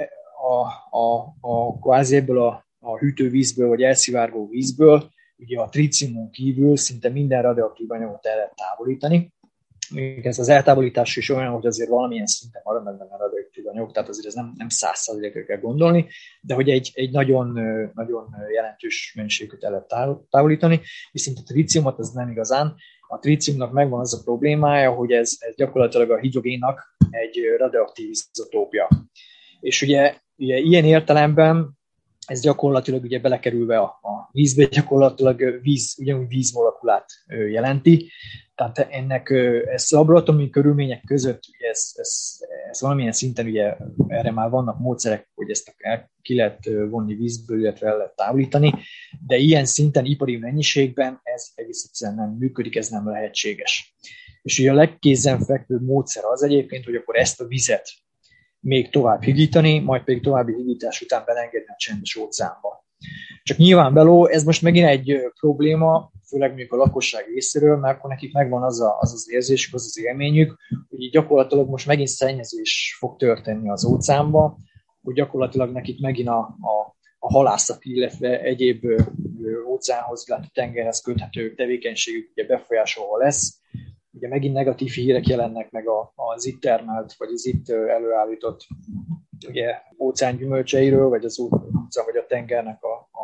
S2: kvázi ebből a hűtővízből, vagy elszivárgó vízből, ugye a tritiumon kívül szinte minden radioaktív anyagot el lehet távolítani. Ez az eltávolítás is olyan, hogy azért valamilyen szinten maradnak benne a radioaktív anyagok, tehát azért ez nem 100%-ra kell gondolni, de hogy egy nagyon, nagyon jelentős mennyiséget el lehet távolítani, viszont a tritiumot ez nem igazán. A tritiumnak megvan az a problémája, hogy ez gyakorlatilag a hidrogénnak egy radioaktív izotópja. És ugye ilyen értelemben ez gyakorlatilag ugye belekerülve a vízbe, gyakorlatilag ugyanúgy vízmolekulát jelenti. Tehát ez laboratóriumi körülmények között ugye ez valamilyen szinten ugye erre már vannak módszerek, hogy ezt ki lehet vonni vízből, illetve el lehet távolítani, de ilyen szinten ipari mennyiségben ez egész egyszerűen nem működik, ez nem lehetséges. És ugye a legkézenfekvőbb módszer az egyébként, hogy akkor ezt a vizet még tovább higítani, majd pedig további higítás után belengedni a csendes óceánba. Csak nyilvánvaló, ez most megint egy probléma, főleg mondjuk a lakosság részéről, mert akkor nekik megvan az érzésük, az élményük, hogy gyakorlatilag most megint szennyezés fog történni az óceánba, hogy gyakorlatilag nekik megint a halászati, illetve egyéb óceánhoz, illetve tengerhez köthető tevékenységük ugye befolyásolva lesz. Ugye megint negatív hírek jelennek meg az itt termelt, vagy az itt előállított ugye, óceán gyümölcseiről, vagy az óceán, vagy a tengernek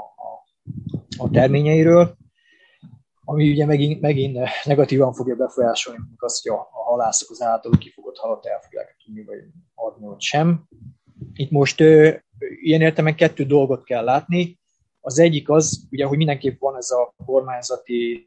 S2: a terményeiről, ami ugye megint negatívan fogja befolyásolni azt, hogy a halászok az általuk kifogott halat el fogják tudni, vagy adni, vagy sem. Itt most ilyen értelemben 2 dolgot kell látni. Az egyik az, ugye, hogy mindenképp van ez a kormányzati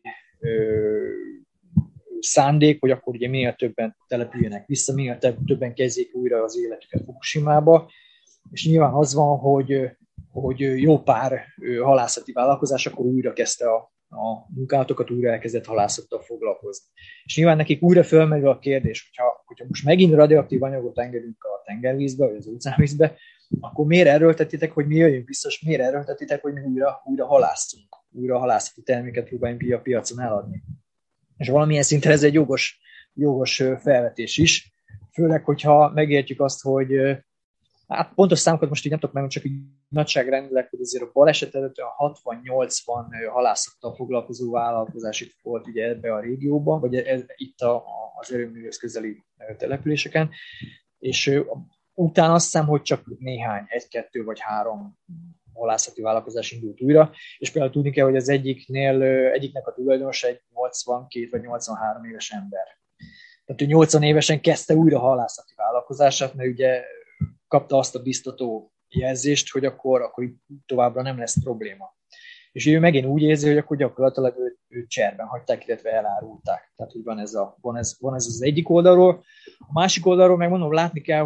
S2: szándék, hogy akkor ugye minél többen települjenek vissza, minél többen kezdjék újra az életüket Fukushimába, és nyilván az van, hogy jó pár halászati vállalkozás akkor újra kezdte a munkálatokat, újra elkezdett halászattal foglalkozni. És nyilván nekik újra fölmerül a kérdés, hogyha most megint radioaktív anyagot engedünk a tengervízbe, vagy az óceánvízbe, akkor miért erőltetitek, hogy mi jöjjünk vissza, és miért erőltetitek, hogy mi újra halászunk, újra halászati terméket próbáljunk a piacon eladni. És valamilyen szinten ez egy jogos felvetés is, főleg, hogyha megértjük azt, hogy hát pontos számokat most így nem tudok meg, csak így nagyságrendileg, hogy azért a baleset előtt a 60-80 halászattal foglalkozó vállalkozás itt volt ugye ebbe a régióban, vagy itt az erőműhöz közeli településeken, és utána azt hiszem, hogy csak néhány, 1-2 vagy 3 halászati vállalkozás indult újra, és például tudni kell, hogy az egyiknek a tulajdonosa egy 82 vagy 83 éves ember. Tehát ő 80 évesen kezdte újra halászati vállalkozását, mert ugye kapta azt a biztató jelzést, hogy akkor továbbra nem lesz probléma. és ő megint úgy érzi, hogy akkor gyakorlatilag őt cserben hagyták, illetve elárulták. Tehát, hogy van ez az egyik oldalról. A másik oldalról meg mondom, látni kell,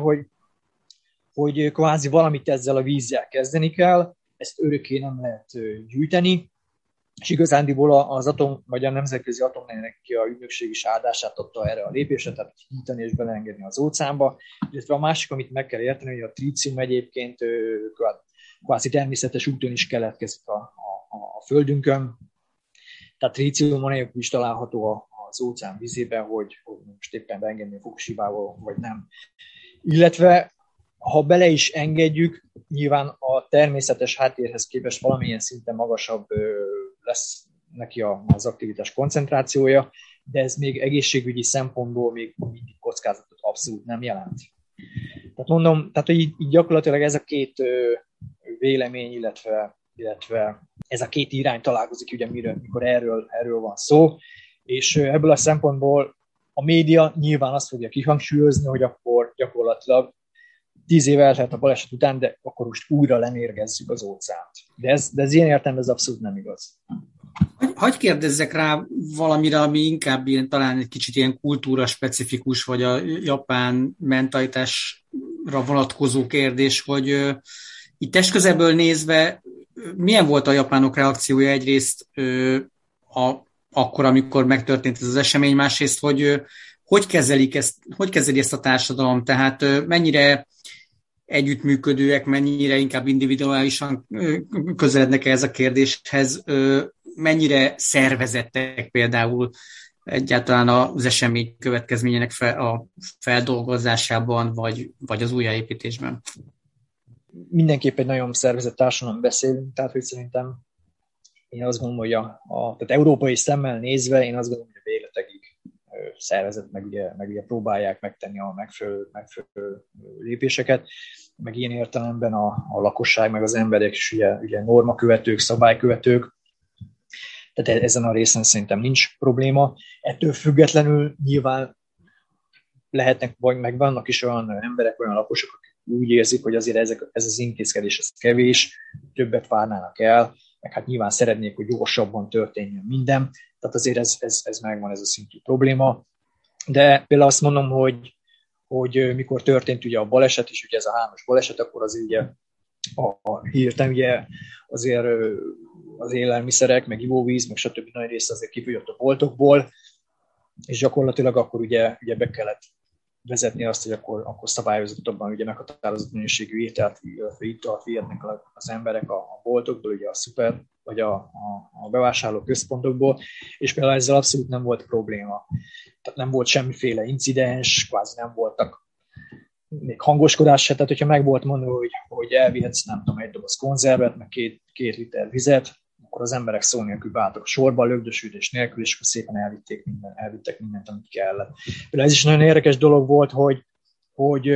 S2: hogy kvázi valamit ezzel a vízzel kezdeni kell, ezt örökké nem lehet gyűjteni, és igazándiból az vagy a Nemzetközi Atomenergia Ügynökség is áldását adta erre a lépésre, tehát gyűjteni és beleengedni az óceánba. Illetve a másik, amit meg kell érteni, hogy a trícium egyébként kvázi természetes úton is keletkezik a Földünkön. Tehát trícium nélkül is található az óceán vízében, hogy most éppen beengedni a Fukushimával, vagy nem. Illetve ha bele is engedjük, nyilván a természetes háttérhez képest valamilyen szinten magasabb lesz neki az aktivitás koncentrációja, de ez még egészségügyi szempontból még mindig kockázatot abszolút nem jelent. Tehát mondom, hogy így gyakorlatilag ez a két vélemény, illetve ez a két irány találkozik, ugye, mikor erről van szó, és ebből a szempontból a média nyilván azt fogja kihangsúlyozni, hogy akkor gyakorlatilag 10 év eltelt a baleset után, de akkor most újra lemérgezzük az óceánt. De ez ilyen értelemben ez abszolút nem igaz.
S3: Hagy kérdezzek rá valamire, ami inkább talán egy kicsit ilyen kultúra specifikus, vagy a japán mentalitásra vonatkozó kérdés, hogy itt testközelből nézve milyen volt a japánok reakciója egyrészt akkor, amikor megtörtént ez az esemény, másrészt, hogy kezeli ezt a társadalom, tehát mennyire együttműködőek, mennyire inkább individuálisan közelednek ehhez a kérdéshez, mennyire szervezettek például egyáltalán az esemény következményének a feldolgozásában, vagy az újjáépítésben?
S2: Mindenképp egy nagyon szervezett társadalom beszélünk, tehát hogy szerintem én azt gondolom, hogy tehát európai szemmel nézve, én azt gondolom, hogy a végletekig szervezet, meg ugye próbálják megtenni a megfelelő lépéseket, meg ilyen értelemben a lakosság, meg az emberek is ugye normakövetők, szabálykövetők, tehát ezen a részen szerintem nincs probléma. Ettől függetlenül nyilván lehetnek, vagy meg vannak is olyan emberek, olyan lakosok, akik úgy érzik, hogy azért ez az intézkedés ez kevés, többet várnának el, meg hát nyilván szeretnék, hogy gyorsabban történjen minden, tehát azért ez megvan, ez a szintű probléma. De például azt mondom, hogy mikor történt ugye a baleset, és ugye ez a 3-as baleset, akkor azért ugye hirtelen ugye azért az élelmiszerek, meg ivóvíz, meg stb. Nagy része azért kifogyott a boltokból, és gyakorlatilag akkor ugye be kellett vezetni azt, hogy akkor szabályozottabban ugye meghatározott minőségű italt vihetnek az emberek a boltokból, ugye a szuper, vagy a bevásárló központokból, és például ezzel abszolút nem volt probléma. Tehát nem volt semmiféle incidens, kvázi nem voltak még hangoskodás se, tehát hogyha meg volt mondva, hogy elvihetsz, nem tudom, egy doboz konzervet, meg 2 liter vizet, akkor az emberek szó nélkül beálltak a sorba, lögdösődés nélkül, és akkor szépen elvittek mindent, amit kellett. Például ez is nagyon érdekes dolog volt, hogy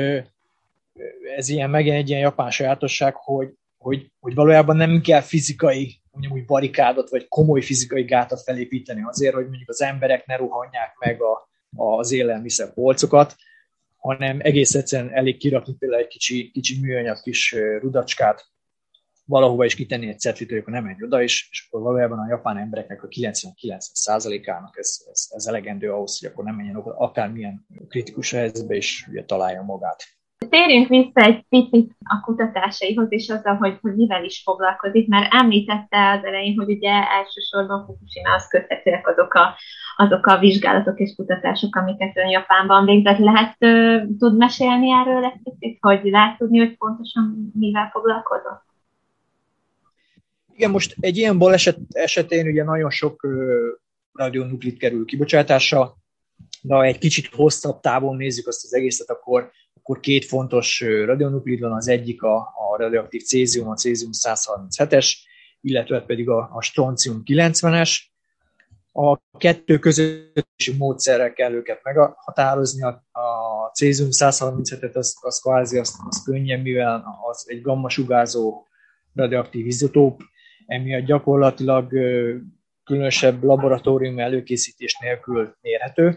S2: ez megint egy ilyen japán sajátosság, hogy valójában nem kell fizikai, mondjuk úgy barikádot, vagy komoly fizikai gátat felépíteni azért, hogy mondjuk az emberek ne rohanják meg az élelmiszer polcokat, hanem egész egyszerűen elég kirakni például egy kicsi műanyag kis rudacskát, valahova is kitenni egy cetlit, hogy akkor nem menj oda, és akkor valójában a japán embereknek a 99%-ának ez elegendő ahhoz, hogy akkor nem menjen oda, akármilyen kritikus helyzetbe is ugye találja magát.
S1: Térjünk vissza egy picit a kutatásaihoz, és azzal, hogy mivel is foglalkozik, mert említette az elején, hogy ugye elsősorban Fukushimához köthetőek azok a vizsgálatok és kutatások, amiket ön Japánban végzett. Tud mesélni erről egy picit, hogy lehet tudni, hogy pontosan mivel foglalkozott?
S2: Igen, most egy ilyen baleset esetén ugye nagyon sok radionuklid kerül kibocsátásra, de ha egy kicsit hosszabb távon nézzük azt az egészet, akkor 2 fontos radionuklid van, az egyik a radioaktív cézium, a cézium-137-es, illetve pedig a stroncium 90-es. A 2 közötti módszerrel kell őket meghatározni. A cézium-137-et az kvázi az könnyen, mivel az egy gamma-sugárzó radioaktív izotóp, emiatt gyakorlatilag különösebb laboratórium előkészítés nélkül mérhető.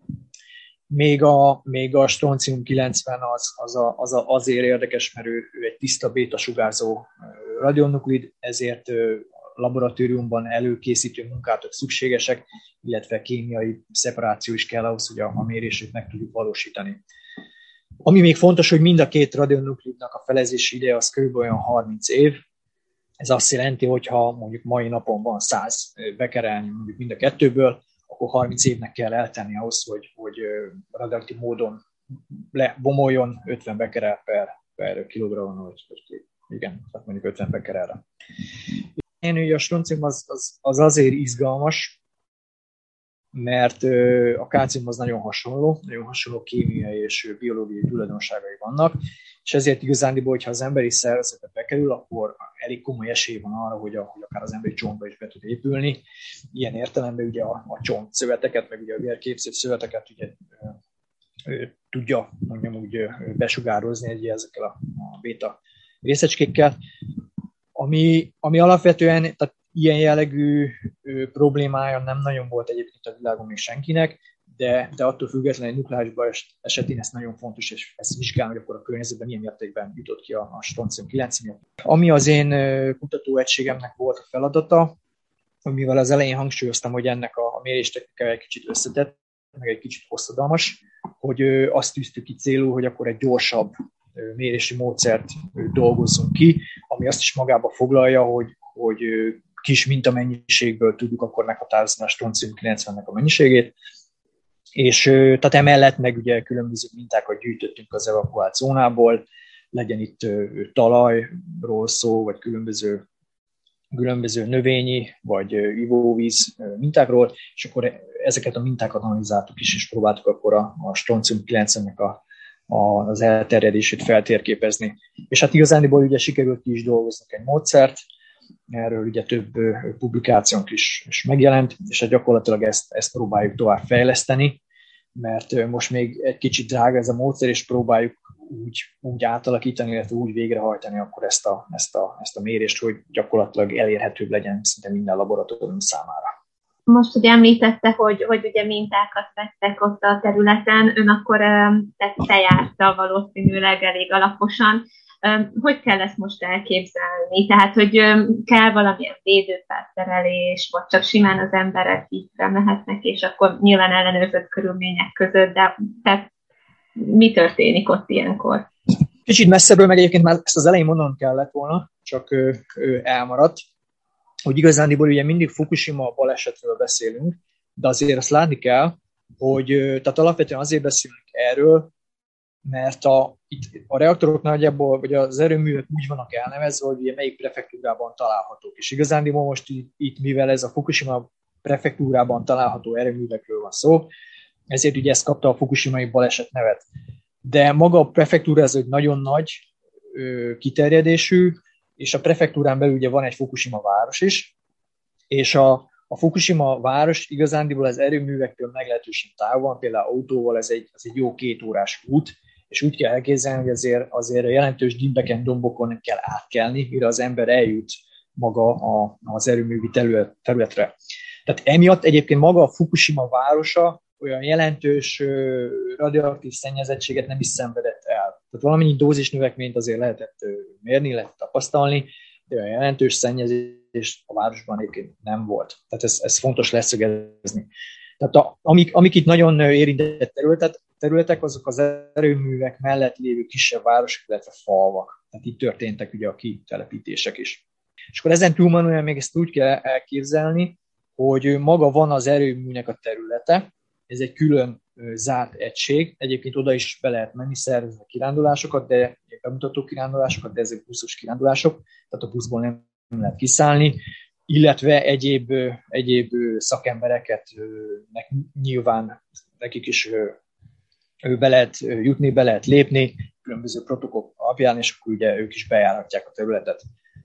S2: Még a stroncium 90 az azért érdekes, mert ő egy tiszta béta sugárzó radionuklid, ezért laboratóriumban előkészítő munkátok szükségesek, illetve kémiai szeparáció is kell ahhoz, hogy a mérését meg tudjuk valósítani. Ami még fontos, hogy mind a két radionuklidnak a felezési ideje az kb. Olyan 30 év. Ez azt jelenti, hogy ha mondjuk mai napon van 100 bekerelni mondjuk mind a kettőből, akkor 30 évnek kell eltenni ahhoz, hogy radioaktív módon lebomoljon 50 becquerel per kilogramon, vagy igen, tehát mondjuk 50 becquerelre. A stroncium az azért izgalmas, mert a kálciumhoz nagyon hasonló kémiai és biológiai tulajdonságai vannak, és ezért igazándiból, hogyha az emberi szervezetbe bekerül, akkor elég komoly esély van arra, hogy akár az emberi csontba is be tud épülni. Ilyen értelemben ugye a csontszöveteket, meg ugye a vérképző szöveteket ugye tudja mondjam úgy besugározni ezekkel a béta részecskékkel, ami alapvetően, tehát ilyen jellegű problémája nem nagyon volt egyébként a világon még senkinek, de attól függetlenül egy nukleáris baj esetén ez nagyon fontos, és ezt vizsgálni, hogy akkor a környezetben milyen mértékben jutott ki a stroncium-9 miatt. Ami az én kutatóegységemnek volt a feladata, hogy mivel az elején hangsúlyoztam, hogy ennek a méréstechnikája egy kicsit összetett, meg egy kicsit hosszadalmas, hogy azt tűztük ki célul, hogy akkor egy gyorsabb mérési módszert dolgozzunk ki, ami azt is magába foglalja, hogy kis mintamennyiségből tudjuk akkor meghatározni a stroncium-90-nek a mennyiségét, és tehát emellett meg ugye különböző mintákat gyűjtöttünk az evakuált zónából, legyen itt talajról szó, vagy különböző növényi, vagy ivóvíz mintákról, és akkor ezeket a mintákat analizáltuk is, és próbáltuk akkor a stroncium-90-nek az elterjedését feltérképezni. És hát igazániból ugye sikerült ki is dolgoznunk egy módszert, erről ugye több publikációnk is megjelent, és hát gyakorlatilag ezt próbáljuk tovább fejleszteni, mert most még egy kicsit drága ez a módszer, és próbáljuk úgy átalakítani, illetve úgy végrehajtani akkor ezt a mérést, hogy gyakorlatilag elérhetőbb legyen szinte minden laboratórium számára.
S1: Most ugye említette, hogy ugye mintákat vettek ott a területen, ön akkor bejárta valószínűleg elég alaposan. Hogy kell ezt most elképzelni? Tehát, hogy kell valamilyen védőfelszerelés, vagy csak simán az emberek így mehetnek, és akkor nyilván ellenőrzött körülmények között, de tehát mi történik ott ilyenkor?
S2: Kicsit messzebbről meg egyébként már ezt az elején mondanom kellett volna, csak elmaradt, hogy igazándiból ugye mindig Fukushima balesetről beszélünk, de azért azt látni kell, hogy tehát alapvetően azért beszélünk erről, mert itt a reaktorok nagyjából, vagy az erőművek úgy vannak elnevezve, hogy ugye melyik prefektúrában találhatók. És igazándiból most itt, mivel ez a Fukushima prefektúrában található erőművekről van szó, ezért ugye ezt kapta a fukushimai baleset nevet. De maga a prefektúra ez egy nagyon nagy kiterjedésű, és a prefektúrán belül ugye van egy Fukushima város is, és a Fukushima város igazándiból az erőművektől meglehetősen távol van, például autóval ez egy jó 2 órás út, és úgy kell elképzelni, hogy azért jelentős dimbeken, dombokon kell átkelni, mire az ember eljut maga az erőművi területre. Tehát emiatt egyébként maga a Fukushima városa olyan jelentős radioaktív szennyezettséget nem is szenvedett el. Tehát valamennyi dózis növekményt azért lehetett mérni, lehet tapasztalni, de olyan jelentős szennyezés a városban egyébként nem volt. Tehát ez fontos leszögezni. Tehát amik itt nagyon érintett területek, azok az erőművek mellett lévő kisebb városok, illetve falvak. Tehát itt történtek ugye a kitelepítések is. És akkor ezen túlmenően még ezt úgy kell elképzelni, hogy maga van az erőműnek a területe, ez egy külön zárt egység, egyébként oda is be lehet menni, szervezni kirándulásokat, de bemutató kirándulásokat, de ezek buszos kirándulások, tehát a buszból nem lehet kiszállni, illetve egyéb szakembereket nyilván nekik is be lehet jutni, be lehet lépni, különböző protokollok alapján, és akkor ugye ők is bejárhatják a területet.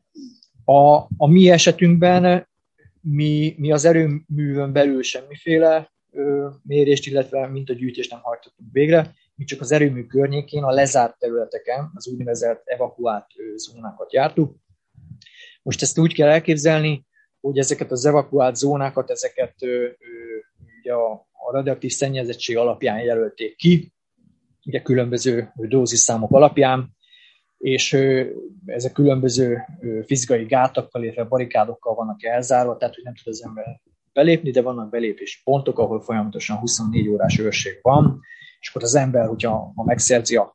S2: A mi esetünkben mi az erőművön belül semmiféle mérést, illetve mintagyűjtést nem hajtottunk végre, mi csak az erőmű környékén, a lezárt területeken, az úgynevezett evakuált zónákat jártuk. Most ezt úgy kell elképzelni, hogy ezeket az evakuált zónákat, ezeket ugye a radioaktív szennyezettség alapján jelölték ki, ugye különböző dózisszámok alapján. és ezek különböző fizikai gátakkal, illetve barikádokkal vannak elzárva, tehát hogy nem tud az ember belépni, de vannak belépési pontok, ahol folyamatosan 24 órás őrség van, és akkor az ember, hogyha megszerzi a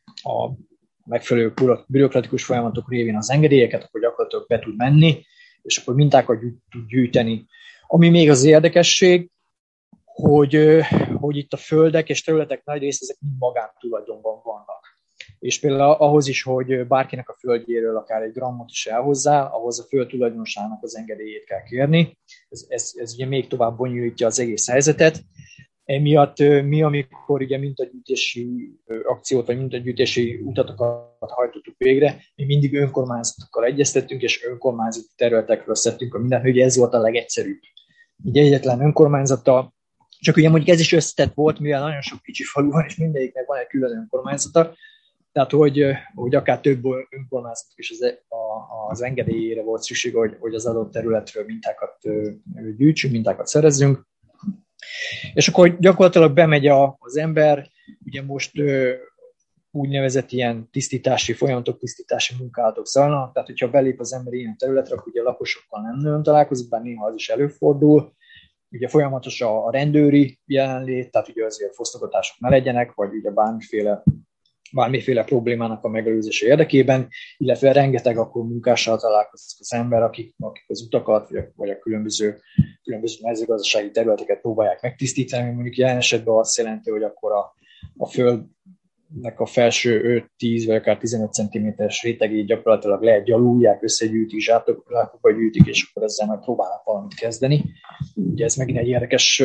S2: megfelelő bürokratikus folyamatok révén az engedélyeket, akkor gyakorlatilag be tud menni, és akkor mintákat tud gyűjteni. Ami még az érdekesség, hogy itt a földek és területek nagy része ezek mind magántulajdonban vannak. És például ahhoz is, hogy bárkinek a földjéről akár egy grammot is elhozzá, ahhoz a föld tulajdonosának az engedélyét kell kérni. Ez ugye még tovább bonyolítja az egész helyzetet. Emiatt mi, amikor ugye mintagyűjtési akciót, vagy mintagyűjtési utatokat hajtottuk végre, mi mindig önkormányzatokkal egyeztettünk, és önkormányzati területekről szedtünk a mindent, hogy ez volt a legegyszerűbb. Így egyetlen önkormányzata, csak ugye mondjuk ez is összetett volt, mivel nagyon sok kicsi falu van, és mindegyiknek van egy külön önkormányzata, tehát hogy akár több önkormányzatok is az engedélyére volt szükség, hogy az adott területről mintákat gyűjtsünk, mintákat szerezzünk. És akkor gyakorlatilag bemegy az ember, ugye most úgynevezett ilyen tisztítási folyamatok, tisztítási munkálatok zajlanak, tehát hogyha belép az ember ilyen területre, akkor ugye a lakosokkal nem nagyon találkozik, bár néha az is előfordul. Ugye folyamatos a rendőri jelenlét, tehát ugye azért fosztogatások ne legyenek, vagy ugye bármiféle problémának a megelőzése érdekében, illetve rengeteg akkor munkással találkozik az ember, akik az utakat, vagy a különböző mezőgazdasági területeket próbálják megtisztítani. Mondjuk jelen esetben azt jelenti, hogy akkor a földnek a felső 5-10 vagy akár 15 cm-es rétegét gyakorlatilag legyalulják, összegyűjtik, zsákokba gyűjtik, és akkor ezzel meg próbálnak valamit kezdeni. Ugye ez megint egy érdekes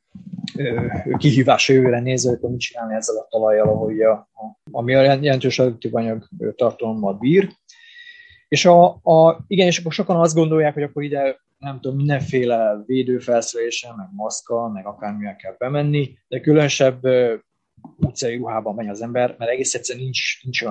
S2: kihívás a jövőre nézve, hogy mit csinálni ezzel a talajjal, ami a jelentős radioaktív anyag tartalommal bír. És igen, és akkor sokan azt gondolják, hogy akkor ide nem tudom, mindenféle védőfelszereléssel, meg maszkkal, meg akármilyen kell bemenni, de különösebb utcai ruhában megy az ember, mert egész egyszerűen nincs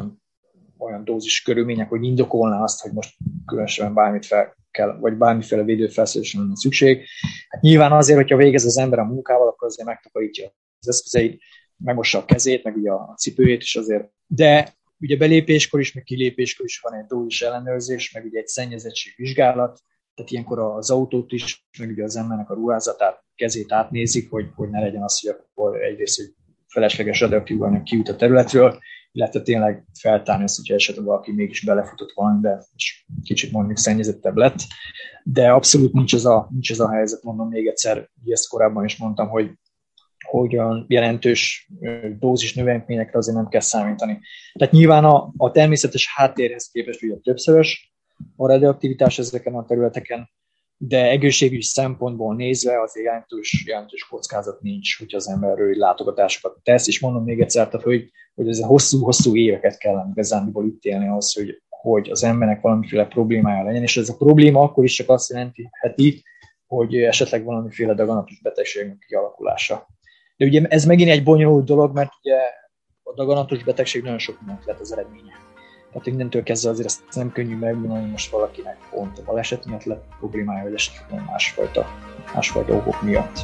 S2: olyan dózis körülmények, hogy indokolná azt, hogy most különösen bármit fel kell, vagy bármiféle védőfelszerelésre lenne szükség. Hát nyilván azért, hogyha végez az ember a munkával, akkor azért megtakarítja az eszközeit, megmossa a kezét, meg ugye a cipőjét is azért. De ugye belépéskor is, meg kilépéskor is van egy dózis ellenőrzés, meg ugye egy szennyezettségvizsgálat, tehát ilyenkor az autót is, meg ugye az embernek a ruházatát, kezét átnézik, hogy ne legyen az, hogy akkor egyrészt, hogy felesleges radioaktív anyag kijut a területről, illetve tényleg feltárni azt, hogyha esetleg valaki mégis belefutott valamibe, és kicsit mondjuk szennyezettebb lett. De abszolút nincs ez a helyzet, mondom még egyszer, ugye ezt korábban is mondtam, hogy olyan jelentős dózis növényekményekre azért nem kell számítani. Tehát nyilván a természetes háttérhez képest ugye többszörös a radioaktivitás ezeken a területeken, de egészségügyi szempontból nézve azért jelentős kockázat nincs, hogyha az emberről látogatásokat tesz, és mondom még egyszer, tehát, hogy ez hosszú éveket kellene igazándiból itt élni ahhoz, hogy az embernek valamiféle problémája legyen, és ez a probléma akkor is csak azt jelentheti, hogy esetleg valamiféle daganatos betegségnek kialakulása. De ugye ez megint egy bonyolult dolog, mert ugye a daganatos betegség nagyon sok mindent lett az eredménye. Tehát innentől kezdve azért ezt nem könnyű megmondani, hogy most valakinek pont a baleset miatt lett problémája, vagy esetleg másfajta okok miatt.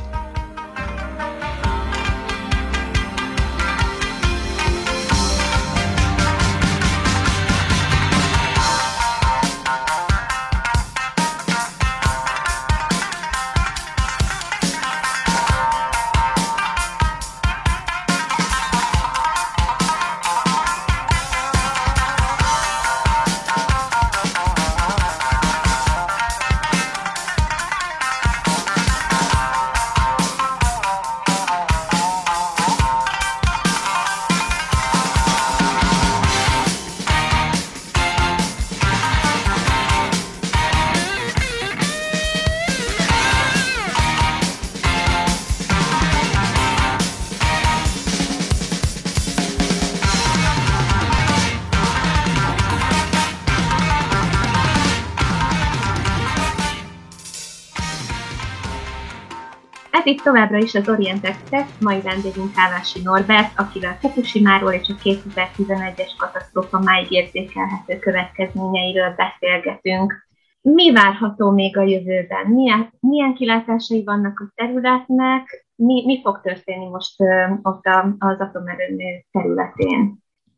S1: Ez itt továbbra is az Orient Express, mai vendégünk Hávási Norbert, akivel Fukushimáról és a 2011-es katasztrófa máig érzékelhető következményeiről beszélgetünk. Mi várható még a jövőben? Milyen kilátásai vannak a területnek? Mi fog történni most ott az atomerőmű területén?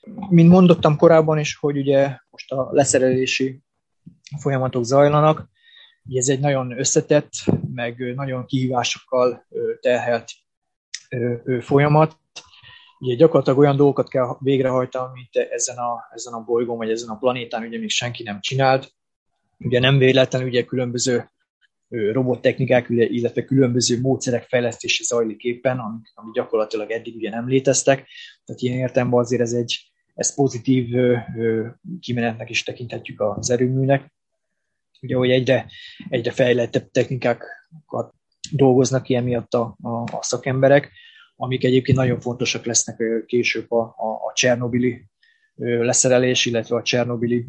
S2: mint mondottam korábban is, hogy ugye most a leszerelési folyamatok zajlanak, ugye ez egy nagyon összetett, meg nagyon kihívásokkal terhelt folyamat. Ugye gyakorlatilag olyan dolgokat kell végrehajtani, mint ezen a bolygón, vagy ezen a planétán ugye még senki nem csinált. Ugye nem véletlenül ugye különböző robottechnikák, illetve különböző módszerek fejlesztése zajlik éppen, ami gyakorlatilag eddig ugye nem léteztek. Tehát ilyen értelemben azért ez pozitív kimenetnek is tekinthetjük az erőműnek. Ugye, hogy egyre fejlettebb technikákat dolgoznak ki emiatt a szakemberek, amik egyébként nagyon fontosak lesznek később a csernobili leszerelés, illetve a csernobili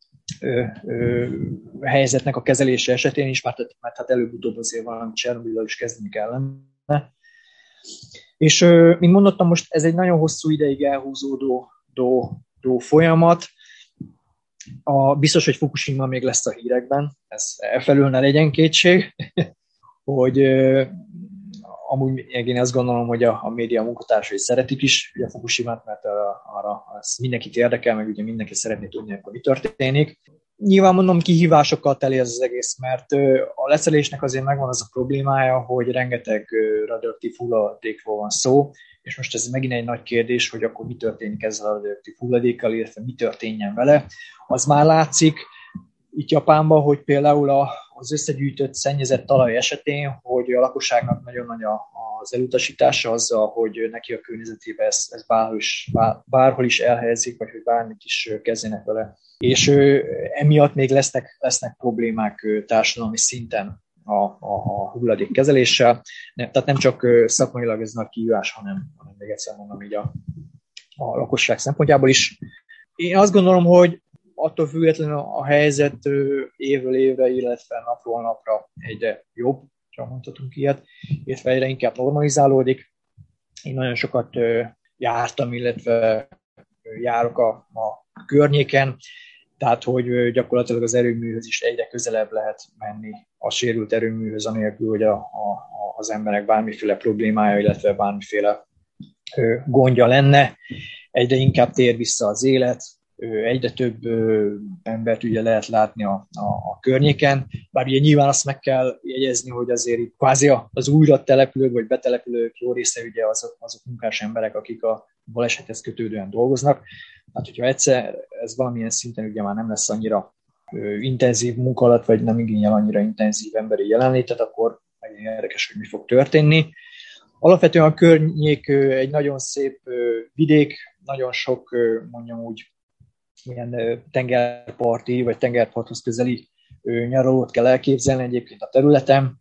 S2: helyzetnek a kezelése esetén is, mert hát előbb-utóbb azért valami Csernobillal is kezdeni kellene. És, mint mondottam, most ez egy nagyon hosszú ideig elhúzódó folyamat. Biztos, hogy Fukushima még lesz a hírekben, ez elfelől ne legyen kétség, hogy amúgy én azt gondolom, hogy a média munkatársai szeretik is ugye Fukushimát, mert arra az mindenkit érdekel, meg ugye mindenki szeretné tudni, akkor mi történik. Nyilván mondom, kihívásokkal teli ez az egész, mert a leszerelésnek azért megvan az a problémája, hogy rengeteg radioaktív hulladékról van szó, és most ez megint egy nagy kérdés, hogy akkor mi történik ezzel a radioaktív hulladékkal, illetve mi történjen vele. Az már látszik itt Japánban, hogy például az összegyűjtött szennyezett talaj esetén, hogy a lakosságnak nagyon nagy az elutasítása azzal, hogy neki a környezetébe ezt bárhol is elhelyezik, vagy hogy bármit is kezdjenek vele. És emiatt még lesznek problémák társadalmi szinten a hulladékkezeléssel. Tehát nem csak szakmailag ez nagy kihívás, hanem még egyszer mondom így a lakosság szempontjából is. Én azt gondolom, hogy attól függetlenül a helyzet évről évre, illetve napról napra egyre jobb, csak mondhatunk ilyet, illetve egyre inkább normalizálódik. Én nagyon sokat jártam, illetve járok a környéken, tehát hogy gyakorlatilag az erőműhöz is egyre közelebb lehet menni a sérült erőműhöz, anélkül, hogy az emberek bármiféle problémája, illetve bármiféle gondja lenne. Egyre inkább tér vissza az élet, egyre több embert ugye lehet látni a környéken, bár ugye nyilván azt meg kell jegyezni, hogy azért itt kvázi az újra települők vagy betelepülők jó része ugye azok munkás emberek, akik a balesethez kötődően dolgoznak. Hát hogyha egyszer ez valamilyen szinten ugye már nem lesz annyira intenzív munka alatt, vagy nem igényel annyira intenzív emberi jelenlétet, akkor megint érdekes, hogy mi fog történni. Alapvetően a környék egy nagyon szép vidék, nagyon sok, mondjam úgy, ilyen tengerparti vagy tengerparthoz közeli nyaralót kell elképzelni egyébként a területen.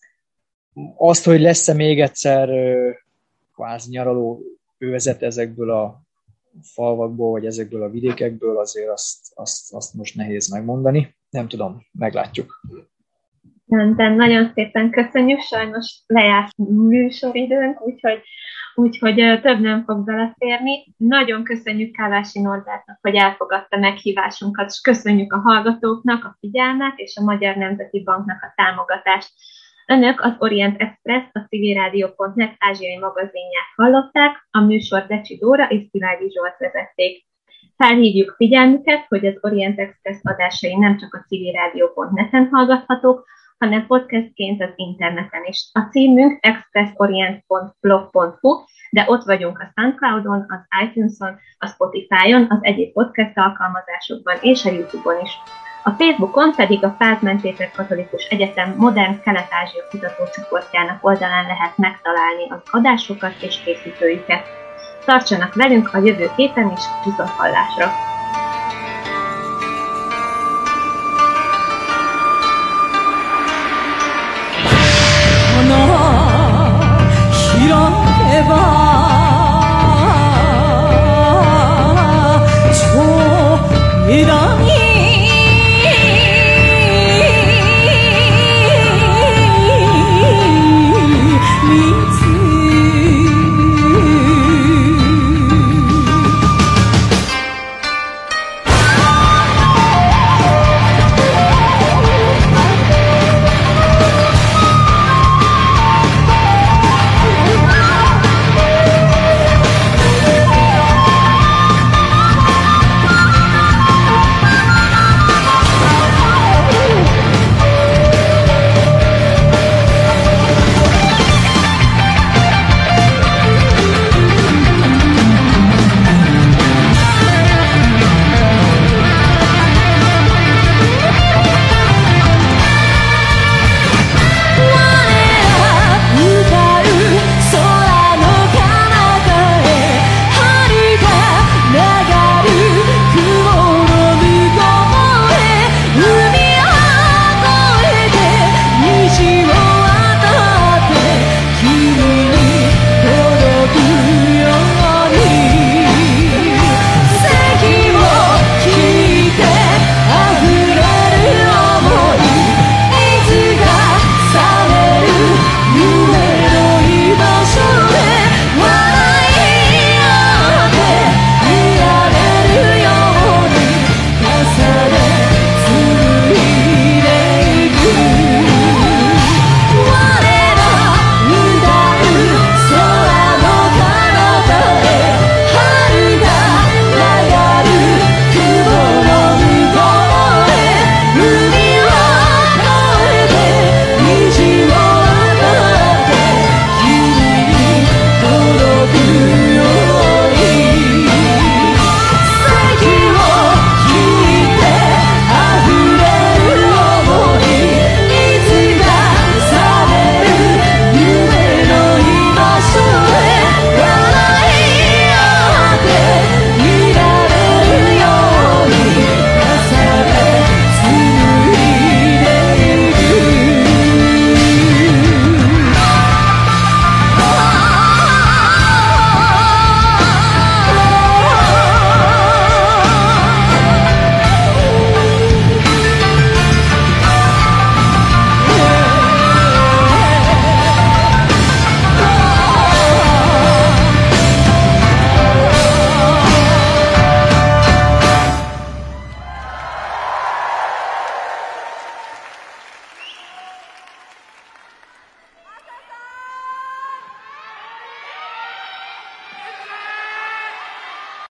S2: Azt, hogy lesz-e még egyszer kvázi nyaraló övezet ezekből a falvakból, vagy ezekből a vidékekből, azért azt most nehéz megmondani. Nem tudom, meglátjuk.
S1: De nagyon szépen köszönjük, sajnos lejárt műsoridőnk, úgyhogy több nem fog beleférni. Nagyon köszönjük Kávási Norbertnak, hogy elfogadta meghívásunkat, és köszönjük a hallgatóknak a figyelmet, és a Magyar Nemzeti Banknak a támogatást. Önök az Orient Express, a civilradio.net ázsiai magazinját hallották, a műsor Decsi Dóra és Szilágyi Zsolt vezették. Felhívjuk figyelmüket, hogy az Orient Express adásai nem csak a civilradio.net-en hallgathatók, hanem podcastként az interneten is. A címünk expressorient.blog.hu, de ott vagyunk a SoundCloudon, az iTunes-on, a Spotify-on, az egyéb podcast alkalmazásokban és a YouTube-on is. A Facebookon pedig a Pázmány Péter Katolikus Egyetem Modern Kelet-Ázsia kutatócsoportjának oldalán lehet megtalálni az adásokat és készítőiket. Tartsanak velünk a jövő héten is, viszonthallásra!